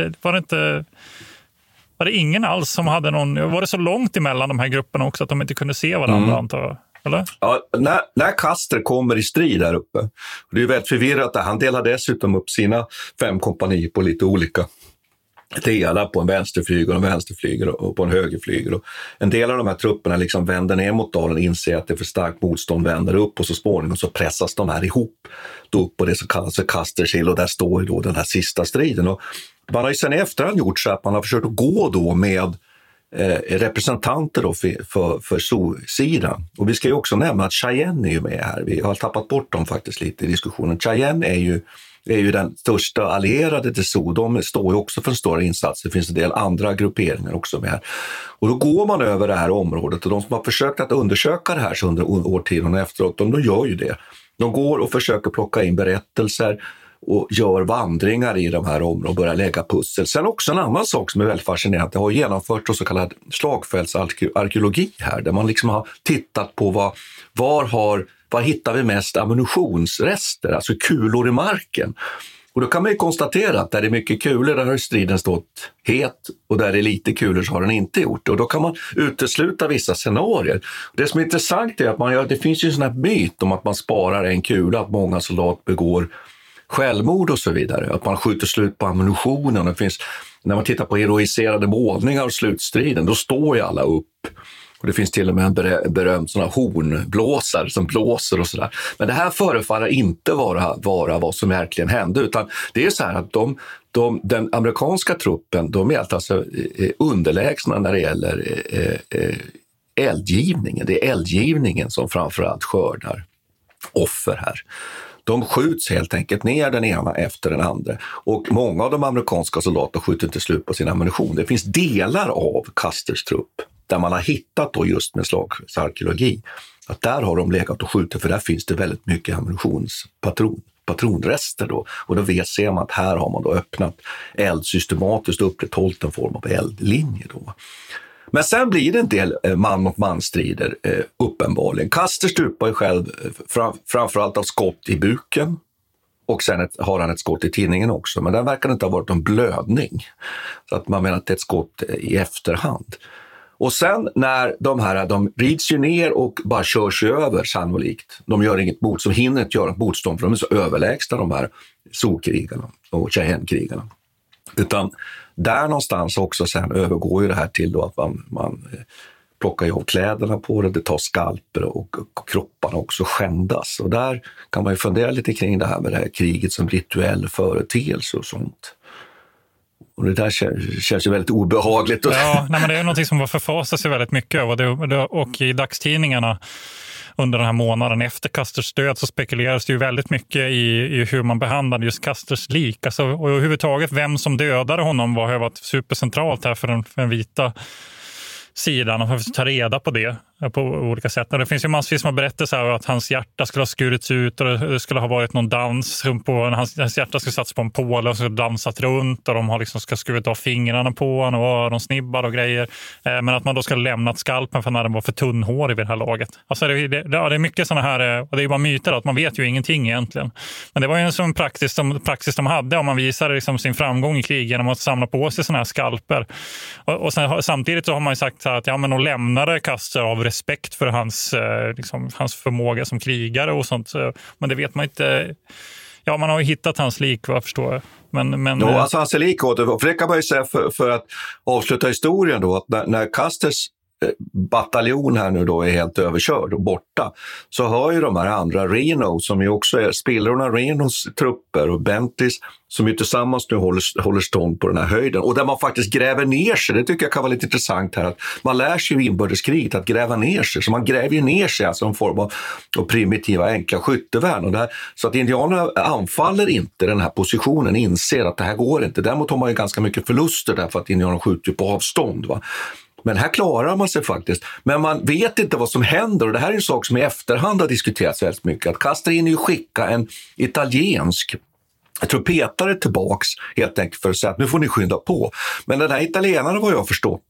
var det ingen alls som hade någon, var det så långt emellan de här grupperna också att de inte kunde se varandra, antar jag? Eller? Ja, när Custer kommer i strid där uppe, och det är ju väldigt förvirrat, han delar dessutom upp sina 5 kompanier på lite olika delar, på en vänsterflygel och på en högerflygel. Och en del av de här trupperna liksom vänder ner mot dalen, inser att det är för starkt motstånd, vänder upp och så småningom så pressas de här ihop då upp på det som kallas för Custer Hill, och där står ju då den här sista striden. Och man har ju sen i efterhand gjort så att man har försökt att gå då med representanter då för Sioux-sidan. Och vi ska ju också nämna att Cheyenne är ju med här. Vi har tappat bort dem faktiskt lite i diskussionen. Cheyenne är ju den största allierade till Sioux. De står ju också för en större insats. Det finns en del andra grupperingar också med här. Och då går man över det här området, och de som har försökt att undersöka det här under årtionden efteråt, de gör ju det. De går och försöker plocka in berättelser och gör vandringar i de här områdena och börjar lägga pussel. Sen också en annan sak som är väldigt fascinerande. Det har genomfört så kallad slagfältsarkeologi här, där man liksom har tittat på var hittar vi mest ammunitionsrester, alltså kulor i marken. Och då kan man ju konstatera att där det är mycket kulor, där har striden stått het, och där det är lite kulor så har den inte gjort. Och då kan man utesluta vissa scenarier. Det som är intressant är att det finns ju en sån här myt om att man sparar en kula, att många soldater begår självmord och så vidare, att man skjuter slut på ammunitionen. Det finns, när man tittar på heroiserade målningar och slutstriden, då står ju alla upp. Och det finns till och med en berömd sån här hornblåsare som blåser och sådär. Men det här förefaller inte vara vad som verkligen hände, utan det är så här att den amerikanska truppen, de är alltså underlägsna när det gäller eldgivningen. Det är eldgivningen som framförallt skördar offer här. De skjuts helt enkelt ner den ena efter den andra. Och många av de amerikanska soldaterna skjuter inte slut på sin ammunition. Det finns delar av Custers trupp där man har hittat då just med slagsarkeologi att där har de legat och skjutit, för där finns det väldigt mycket patronrester då. Och då ser man att här har man då öppnat eld systematiskt och upprätthållit en form av eldlinje då. Men sen blir det en del man-mot-man-strider uppenbarligen. Custer stupar ju själv framförallt av skott i buken, och sen har han ett skott i tinningen också. Men där verkar det inte ha varit en blödning. Så att man menar att det är ett skott i efterhand. Och sen när de rids ju ner och bara körs över sannolikt. De gör inget motstånd, hinner inte göra ett motstånd, för de är så överlägsna, de här Sioux-krigarna och Cheyenne-krigarna. Utan där någonstans också sen övergår ju det här till då att man plockar ju av kläderna på det tar skalper och kropparna också skändas. Och där kan man ju fundera lite kring det här med det här kriget som rituell företeelse och sånt. Och det där känns ju väldigt obehagligt. Ja, men det är något som förfasar sig väldigt mycket över. Och i dagstidningarna under den här månaden efter Custers död så spekuleras det ju väldigt mycket i hur man behandlade just Custers lik. Alltså, och överhuvudtaget vem som dödade honom har varit supercentralt här för den vita sidan, och för att ta reda på det på olika sätt. Och det finns ju massvis med berättelser här att hans hjärta skulle ha skurits ut, och det skulle ha varit någon dans på hans hjärta skulle satts på en påle och så dansat runt, och de har liksom ska skurit av fingrarna på honom och öronsnibbar och grejer. Men att man då ska lämnat skalpen för när den var för tunnhårig vid det här laget. Alltså det är mycket såna här, och det är ju bara myter att man vet ju ingenting egentligen. Men det var ju en sån praxis de hade, om man visade liksom sin framgång i krig genom att samla på sig såna här skalper. Och sen, samtidigt så har man ju sagt att de lämnade Custer av respekt för hans förmåga som krigare och sånt. Men det vet man inte. Ja, man har ju hittat hans lik, vad jag förstår. Men ja, alltså hans lik, för det kan man ju säga för att avsluta historien då, att när Custers bataljon här nu då är helt överkörd och borta, så har ju de här andra Reno, som ju också är spillrorna Renos trupper, och Bentleys, som ju tillsammans nu håller stånd på den här höjden, och där man faktiskt gräver ner sig. Det tycker jag kan vara lite intressant här, att man lär sig i inbördeskriget att gräva ner sig, så man gräver ju ner sig, alltså en form av primitiva enkla skyttevärn, och där, så att indianerna anfaller inte den här positionen, inser att det här går inte. Däremot har man ju ganska mycket förluster därför att indianerna skjuter på avstånd, va. Men här klarar man sig faktiskt. Men man vet inte vad som händer, och det här är en sak som i efterhand har diskuterats väldigt mycket. Att Custer hinner ju skicka en italiensk trumpetare tillbaks helt enkelt för att säga att nu får ni skynda på. Men den här italienaren, vad jag har förstått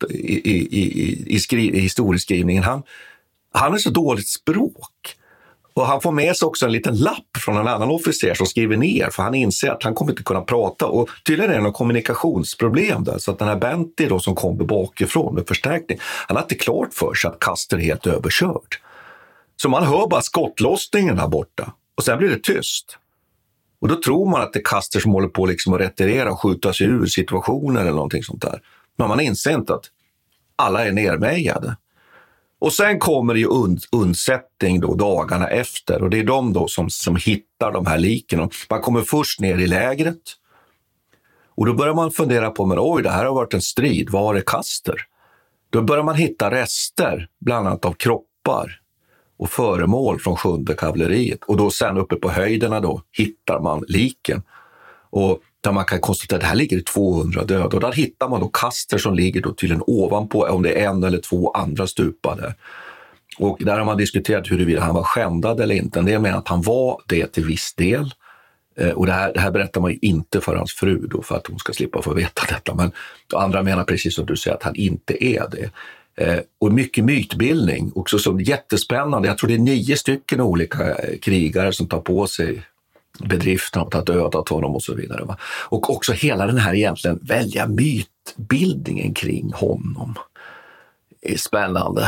i historieskrivningen, han är så dåligt språk. Och han får med sig också en liten lapp från en annan officer som skriver ner, för han inser att han kommer inte kunna prata, och tydligen är det något kommunikationsproblem där, så att den här Bentley då som kommer bakifrån med förstärkning, han har inte klart för sig att Custer är helt överkörd. Så man hör bara skottlossningen här borta, och sen blir det tyst. Och då tror man att det är Custer som håller på liksom att retirera och skjuta sig ur situationer eller någonting sånt där. Men man inser inte att alla är nermejade. Och sen kommer det ju undsättning då dagarna efter, och det är de då som hittar de här liken. Man kommer först ner i lägret, och då börjar man fundera på, men oj, det här har varit en strid, var är Custer? Då börjar man hitta rester, bland annat av kroppar och föremål från 7:e kavalleriet, och då sen uppe på höjderna då hittar man liken, och där man kan konstatera att det här ligger 200 döda, och där hittar man då Custer som ligger då tydligen ovanpå, om det är en eller två andra stupade. Och där har man diskuterat huruvida han var skändad eller inte. En del menar att han var det till viss del, och det här berättar man ju inte för hans fru då, för att hon ska slippa få veta detta, men andra menar precis som du säger att han inte är det. Och mycket mytbildning också, som jättespännande. Jag tror det är 9 stycken olika krigare som tar på sig bedriften att ha dödat honom och så vidare, va? Och också hela den här egentligen välja mytbildningen kring honom är spännande.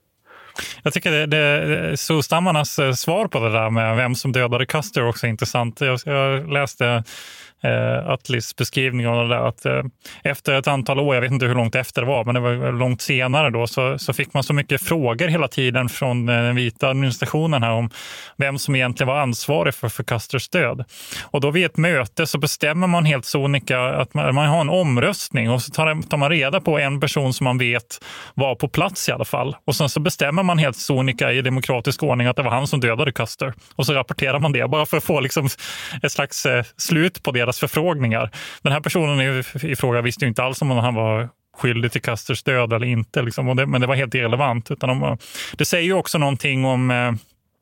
Jag tycker det Solstammarnas svar på det där med vem som dödade Custer också är intressant. Jag läste Attlees beskrivning av det där, att efter ett antal år, jag vet inte hur långt efter det var, men det var långt senare då, så fick man så mycket frågor hela tiden från den vita administrationen här om vem som egentligen var ansvarig för Custers död. Och då vid ett möte så bestämmer man helt sonika att man har en omröstning, och så tar man reda på en person som man vet var på plats i alla fall, och sen så bestämmer man helt sonika i demokratisk ordning att det var han som dödade Custer, och så rapporterar man det bara för att få liksom ett slags slut på deras förfrågningar. Den här personen i fråga visste ju inte alls om han var skyldig till Custers död eller inte, liksom, men det var helt irrelevant. Utan det säger ju också någonting om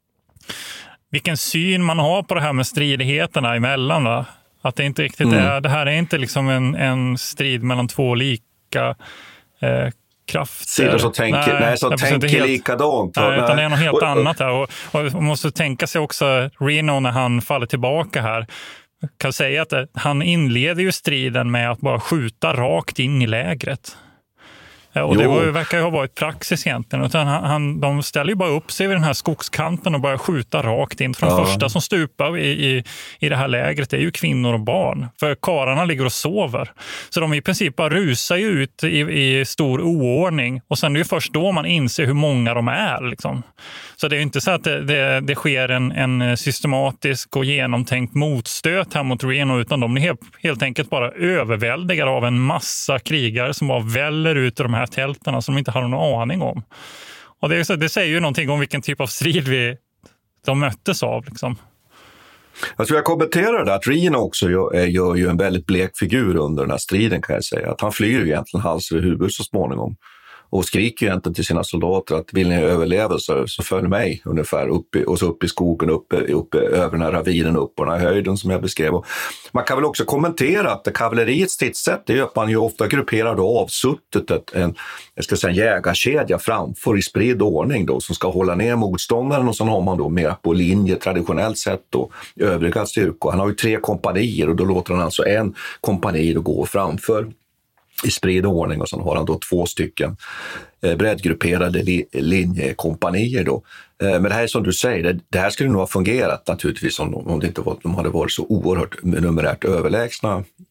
vilken syn man har på det här med stridigheterna emellan, va? Att det inte riktigt är, det här är inte liksom en strid mellan två lika krafter. Sidor som tänker likadant. Nej, utan det är något helt annat här. Och man måste tänka sig också Reno när han faller tillbaka här. Kan säga att han inleder ju striden med att bara skjuta rakt in i lägret. Och det verkar ju ha varit praxis egentligen. Utan de ställer ju bara upp sig vid den här skogskanten och börjar skjuta rakt in. För de första som stupar i det här lägret är ju kvinnor och barn. För karlarna ligger och sover. Så de i princip bara rusar ju ut i stor oordning. Och sen är det ju först då man inser hur många de är. Liksom. Så det är ju inte så att det sker en systematisk och genomtänkt motstöt här mot Reno. Utan de är helt enkelt bara överväldigade av en massa krigare som bara väller ut ur de här tälterna som de inte har någon aning om. Och det säger ju någonting om vilken typ av strid de möttes av. Liksom. Jag tror jag kommenterar det, att Reno också gör ju en väldigt blek figur under den här striden, kan jag säga. Att han flyr ju egentligen hals över huvud så småningom. Och skriker ju egentligen till sina soldater att vill ni överleva så följ mig ungefär upp i skogen, upp över den här ravinen, upp på den här höjden som jag beskrev. Och man kan väl också kommentera att kavalleriets stridssätt är att man ju ofta grupperar då avsuttet en jägarkedja framför i spridd ordning då, som ska hålla ner motståndaren, och sen har man då mer på linje traditionellt sett då övriga styrkor. Han har ju 3 kompanier, och då låter han alltså en kompani då gå framför i spridd ordning, och sen har han då 2 stycken breddgrupperade linjekompanier då. Men det här är som du säger, det här skulle nog ha fungerat naturligtvis om det inte de hade varit så oerhört numerärt överlägsna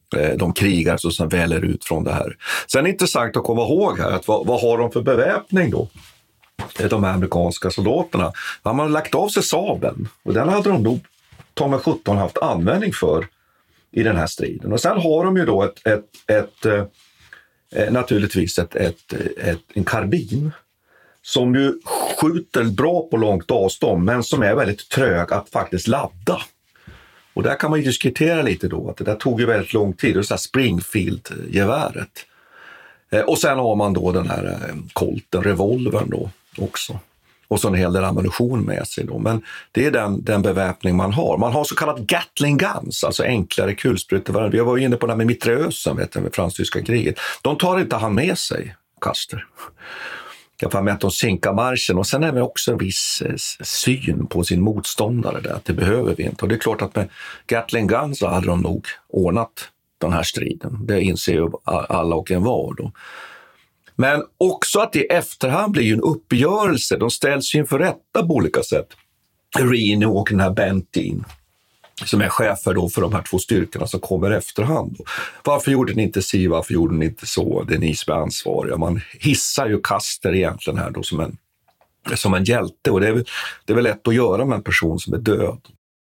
de krigare som väller ut från det här. Sen är det intressant att komma ihåg här att vad har de för beväpning då? De amerikanska soldaterna. De har lagt av sig sabeln och den hade de nog ta med 17 haft användning för i den här striden. Och sen har de ju då naturligtvis en karbin som ju skjuter bra på långt avstånd men som är väldigt trög att faktiskt ladda. Och där kan man ju diskutera lite då att det där tog ju väldigt lång tid, det är så här Springfield-geväret. Och sen har man då den här Colten, revolvern då också. Och så en hel del ammunition med sig då. Men det är den beväpning man har. Man har så kallat Gatling guns, alltså enklare kulsprutor. Vi var ju inne på det här med mitrailleusen med fransk-tyska kriget. De tar inte han med sig, Custer. Jag får med att de sinkar marschen. Och sen är det också en viss syn på sin motståndare där. Att det behöver vi inte. Och det är klart att med Gatling guns så hade de nog ordnat den här striden. Det inser ju alla och en var då. Men också att i efterhand blir ju en uppgörelse. De ställs ju inför rätta på olika sätt. Reno och den här Bentin som är chefer då för de här två styrkorna som kommer efterhand. Då. Varför gjorde ni inte si, varför gjorde ni inte så? Det är ni som är ansvariga. Man hissar ju Custer egentligen här då som en hjälte. Och det är väl lätt att göra med en person som är död.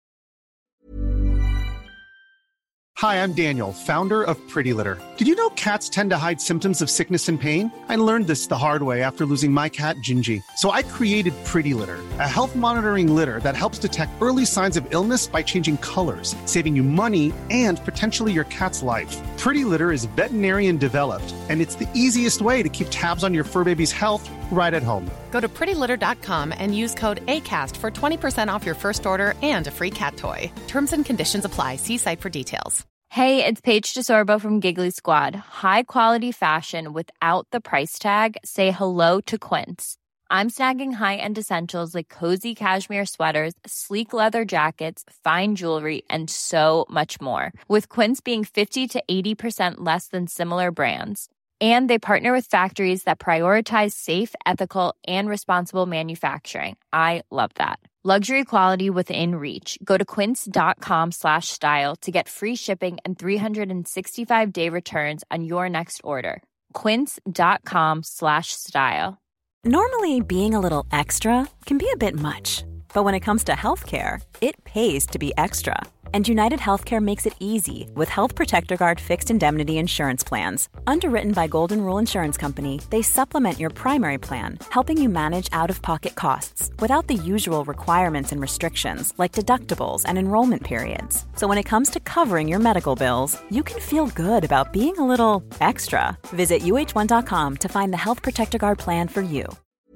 Hi, I'm Daniel, founder of Pretty Litter. Did you know cats tend to hide symptoms of sickness and pain? I learned this the hard way after losing my cat, Gingy. So I created Pretty Litter, a health monitoring litter that helps detect early signs of illness by changing colors, saving you money and potentially your cat's life. Pretty Litter is veterinarian developed, and it's the easiest way to keep tabs on your fur baby's health right at home. Go to prettylitter.com and use code ACAST for 20% off your first order and a free cat toy. Terms and conditions apply. See site for details. Hey, it's Paige DeSorbo from Giggly Squad. High quality fashion without the price tag. Say hello to Quince. I'm snagging high-end essentials like cozy cashmere sweaters, sleek leather jackets, fine jewelry, and so much more. With Quince being 50 to 80% less than similar brands. And they partner with factories that prioritize safe, ethical, and responsible manufacturing. I love that. Luxury quality within reach. Go to quince.com/style to get free shipping and 365-day returns on your next order. Quince.com/style. Normally, being a little extra can be a bit much. But when it comes to healthcare, it pays to be extra. And United Healthcare makes it easy with Health Protector Guard fixed indemnity insurance plans. Underwritten by Golden Rule Insurance Company, they supplement your primary plan, helping you manage out-of-pocket costs without the usual requirements and restrictions like deductibles and enrollment periods. So when it comes to covering your medical bills, you can feel good about being a little extra. Visit uh1.com to find the Health Protector Guard plan for you.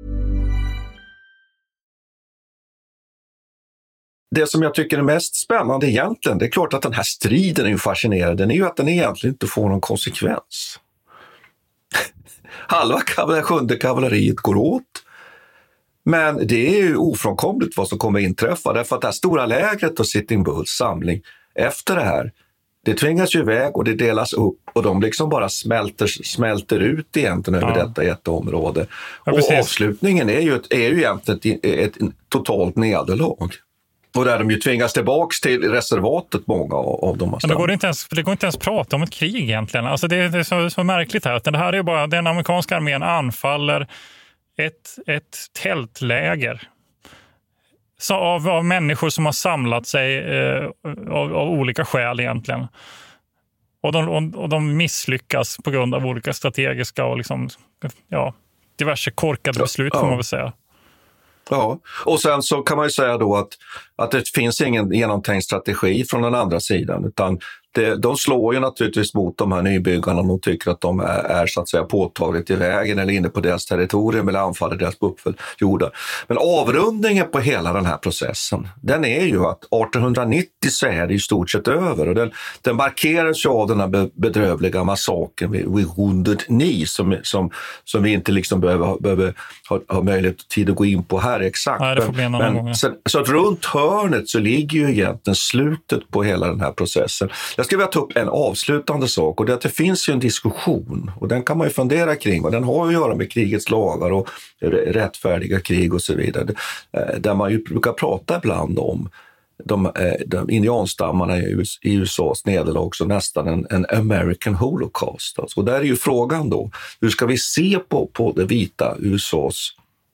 Det som jag tycker är mest spännande egentligen, det är klart att den här striden är ju fascinerande, den är ju att den egentligen inte får någon konsekvens. Halva sjunde kavalleriet går åt, men det är ju ofrånkomligt vad som kommer inträffa, därför att det här stora lägret och Sitting Bulls samling efter det här, det tvingas ju iväg och det delas upp och de liksom bara smälter ut egentligen över detta jätteområde. Ja, och avslutningen är ju egentligen ett totalt nederlag. Och där de ju tvingas tillbaks till reservatet, många av dem. Men det går inte ens prata om ett krig egentligen. Alltså det är så märkligt här. Att det här är bara den amerikanska armén anfaller ett tältläger. Så av människor som har samlat sig av olika skäl egentligen. Och de misslyckas på grund av olika strategiska och liksom, diverse korkade beslut får man väl säga. Ja, och sen så kan man ju säga då att det finns ingen genomtänkt strategi från den andra sidan, utan de slår ju naturligtvis mot de här nybyggarna om de tycker att de är så att säga påtagligt i vägen eller inne på deras territorium eller anfaller deras buffeljordar. Men avrundningen på hela den här processen, den är ju att 1890 så är det i stort sett över, och den markeras ju av den här bedrövliga massakern vid Wounded Knee som vi inte liksom behöver ha möjlighet och tid att gå in på här exakt. Nej, det får bli en annan gång. Så att runt hörnet så ligger ju egentligen slutet på hela den här processen. Jag skulle vilja ta upp en avslutande sak, och det är att det finns ju en diskussion, och den kan man ju fundera kring, och den har att göra med krigets lagar och rättfärdiga krig och så vidare, där man ju brukar prata ibland om de indianstammarna i USAs nederlag också nästan en American Holocaust. Alltså. Och där är ju frågan då, hur ska vi se på det vita USAs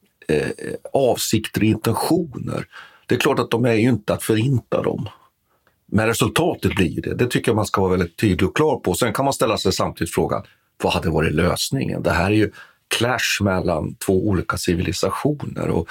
avsikter och intentioner? Det är klart att de är ju inte att förinta dem. Men resultatet blir det. Det tycker jag man ska vara väldigt tydlig och klar på. Sen kan man ställa sig samtidigt frågan, vad hade varit lösningen? Det här är ju clash mellan två olika civilisationer och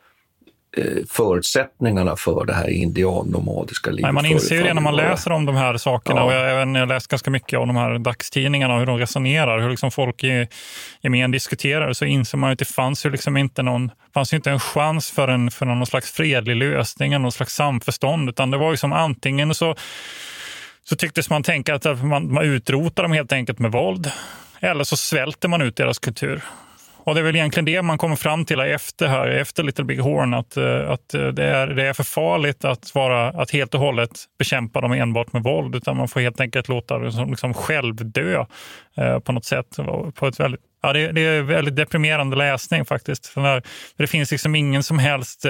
förutsättningarna för det här indiannomadiska livet. Nej, man inser ju det när man läser om de här sakerna, och jag har läst ganska mycket om de här dagstidningarna och hur de resonerar, hur liksom folk i gemen diskuterar, så inser man att det fanns ju liksom inte en chans för någon slags fredlig lösning, någon slags samförstånd, utan det var ju som antingen så tycktes man tänka att man utrotar dem helt enkelt med våld, eller så svälter man ut deras kultur. Och det är väl egentligen det man kommer fram till efter Little Big Horn, att det är för farligt att helt och hållet bekämpa dem enbart med våld, utan man får helt enkelt låta dem liksom själv dö på något sätt. På ett väldigt, det är väldigt deprimerande läsning faktiskt. För det finns liksom ingen som helst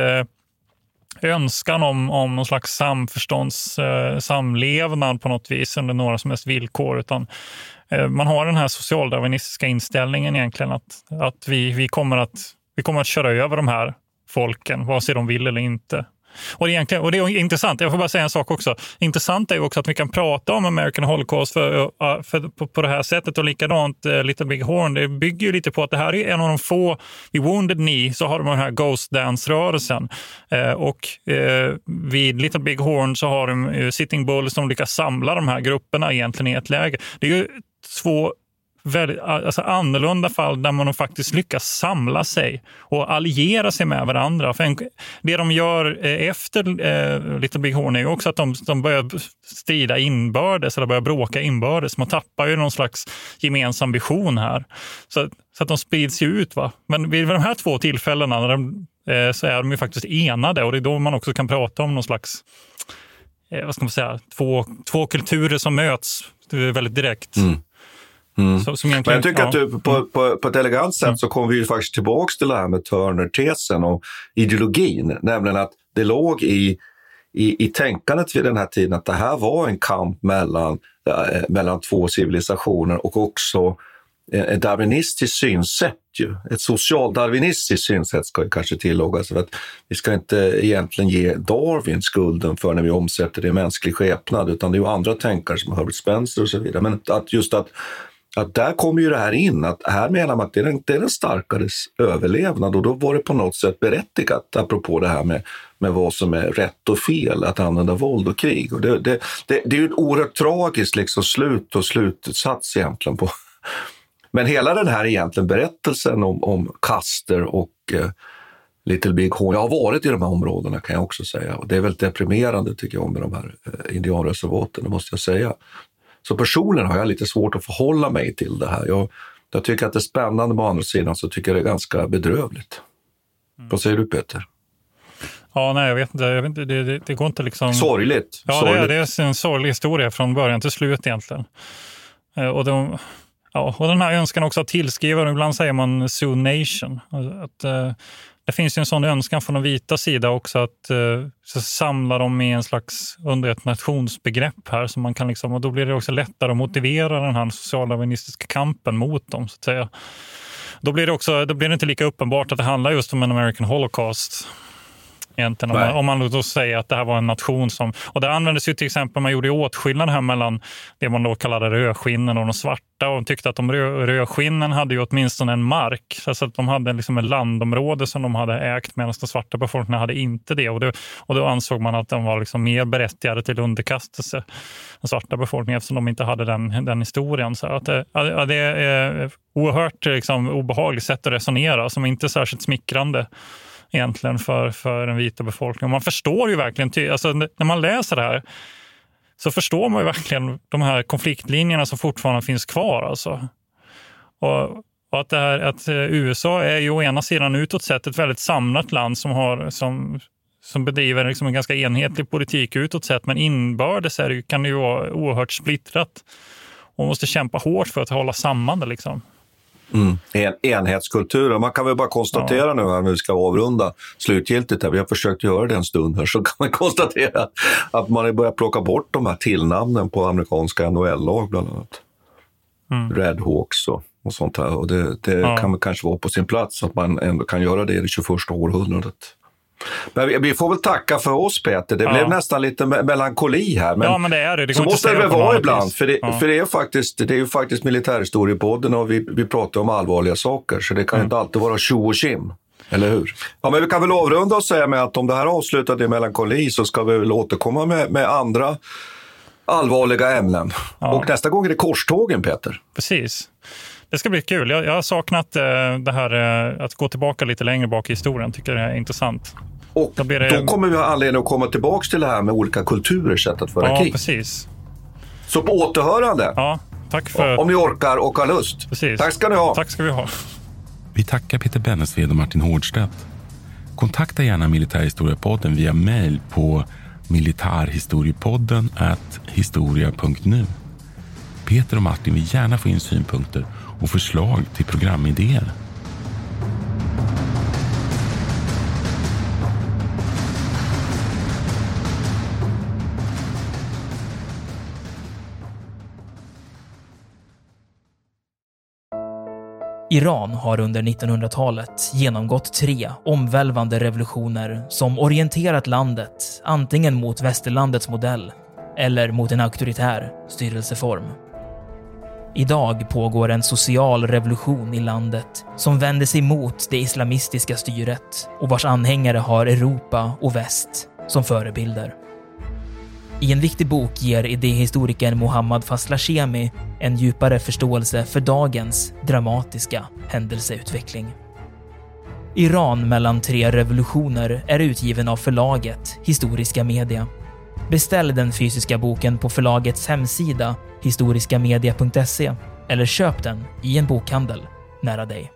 önskan om någon slags samlevnad på något vis under några som helst villkor, utan man har den här socialdarwinistiska inställningen egentligen att vi kommer att köra över de här folken, vare sig de vill eller inte. Och det är intressant, jag får bara säga en sak också. Intressant är ju också att vi kan prata om American Holocaust på det här sättet, och likadant Little Big Horn. Det bygger ju lite på att det här är en av de få, i Wounded Knee så har de den här Ghost Dance-rörelsen. Och vid Little Big Horn så har de Sitting Bull som lyckas samla de här grupperna egentligen i ett läge. Det är ju två väldigt annorlunda fall där man faktiskt lyckas samla sig och alliera sig med varandra. För det de gör efter Little Big Horn är ju också att de börjar strida inbördes eller börjar bråka inbördes. Man tappar ju någon slags gemensam vision här. Så att de sprids ju ut, va. Men vid de här två tillfällena så är de ju faktiskt enade, och det är då man också kan prata om någon slags vad ska man säga, två kulturer som möts. Det är väldigt direkt. Men jag tycker att du på ett elegant sätt så kommer vi ju faktiskt tillbaka till det här med Turner-tesen och ideologin, nämligen att det låg i tänkandet vid den här tiden att det här var en kamp mellan två civilisationer, och också ett darwinistiskt synsätt, ett socialdarwinistiskt synsätt ska ju kanske tilläggas, för att vi ska inte egentligen ge Darwin skulden för när vi omsätter det i mänsklig skepnad, utan det är ju andra tänkare som Herbert Spencer och så vidare, men att där kommer ju det här in, att här menar man att det är den starkares överlevnad, och då var det på något sätt berättigat, apropå det här med vad som är rätt och fel, att använda våld och krig. Och det är ju ett oerhört tragiskt liksom slutsats egentligen på. Men hela den här egentligen berättelsen om Custer och Little Big Horn, jag har varit i de här områdena kan jag också säga, och det är väldigt deprimerande tycker jag med de här indianreservaten, det måste jag säga. Så personligen har jag lite svårt att förhålla mig till det här. Jag tycker att det är spännande, på andra sidan så tycker jag det är ganska bedrövligt. Vad säger du, Peter? Ja, nej, jag vet inte. Det går inte liksom... Sorgligt. Ja, sorgligt. Det är en sorglig historia från början till slut egentligen. Och den här önskan också att tillskriva, ibland säger man Sioux Nation. Det finns ju en sån önskan från den vita sida också att samla dem i en slags under ett nationsbegrepp här, så man kan liksom, och då blir det också lättare att motivera den här socialdarwinistiska kampen mot dem, så att säga. Då blir det inte lika uppenbart att det handlar just om en American Holocaust. Egentligen, om man då säger att det här var en nation som... Och det användes ju till exempel, man gjorde åtskillnad här mellan det man då kallade rödskinnen och de svarta, och tyckte att de rödskinnen hade ju åtminstone en mark, så att de hade liksom en landområde som de hade ägt, medan de svarta befolkningen hade inte det. Och då ansåg man att de var liksom mer berättigade till underkastelse, den svarta befolkningen, eftersom de inte hade den historien. Så att det är oerhört liksom obehagligt sätt att resonera, som inte är särskilt smickrande egentligen för den vita befolkningen. Man förstår ju verkligen, alltså när man läser det här så förstår man ju verkligen de här konfliktlinjerna som fortfarande finns kvar, alltså. Och att det här, att USA är ju å ena sidan utåt sett ett väldigt samlat land som bedriver liksom en ganska enhetlig politik utåt sett, men inbördes kan det ju vara oerhört splittrat och måste kämpa hårt för att hålla samman det liksom. Enhetskulturen. Man kan väl bara konstatera nu här när vi ska avrunda slutgiltigt här. Vi har försökt göra det en stund här, så kan man konstatera att man har börjat plocka bort de här tillnamnen på amerikanska NHL-lag bland annat. Red Hawks och sånt här. Och det kan väl kanske vara på sin plats att man ändå kan göra det i det 21 århundradet. Men vi får väl tacka för oss, Peter. Det blev nästan lite melankoli här. Men det är det. Så måste det väl vara ibland. För det är ju faktiskt militärhistoriepodden och vi pratar om allvarliga saker. Så det kan inte alltid vara tjo och kim. Eller hur? Ja, men vi kan väl avrunda och säga med att om det här avslutade i melankoli så ska vi väl återkomma med andra allvarliga ämnen. Och nästa gång är det korstågen, Peter. Precis. Det ska bli kul. Jag har saknat det här att gå tillbaka lite längre bak i historien. Tycker det är intressant. Och då kommer vi ha anledning att komma tillbaka till det här med olika kulturer sätt att föra krig. Ja, precis. Så på återhörande. Ja, tack för... Om ni orkar och har lust. Precis. Tack ska ni ha. Tack ska vi ha. Vi tackar Peter Bennesved och Martin Hårdstedt. Kontakta gärna Militärhistoriepodden via mejl på militarhistoriepodden@historia.nu. Peter och Martin vill gärna få in synpunkter och förslag till programidéer. Iran har under 1900-talet genomgått 3 omvälvande revolutioner som orienterat landet antingen mot västerlandets modell eller mot en auktoritär styrelseform. Idag pågår en social revolution i landet som vänder sig mot det islamistiska styret och vars anhängare har Europa och väst som förebilder. I en viktig bok ger idéhistorikern Mohammad Faslashemi en djupare förståelse för dagens dramatiska händelseutveckling. Iran mellan 3 revolutioner är utgiven av förlaget Historiska Media. Beställ den fysiska boken på förlagets hemsida historiskamedia.se eller köp den i en bokhandel nära dig.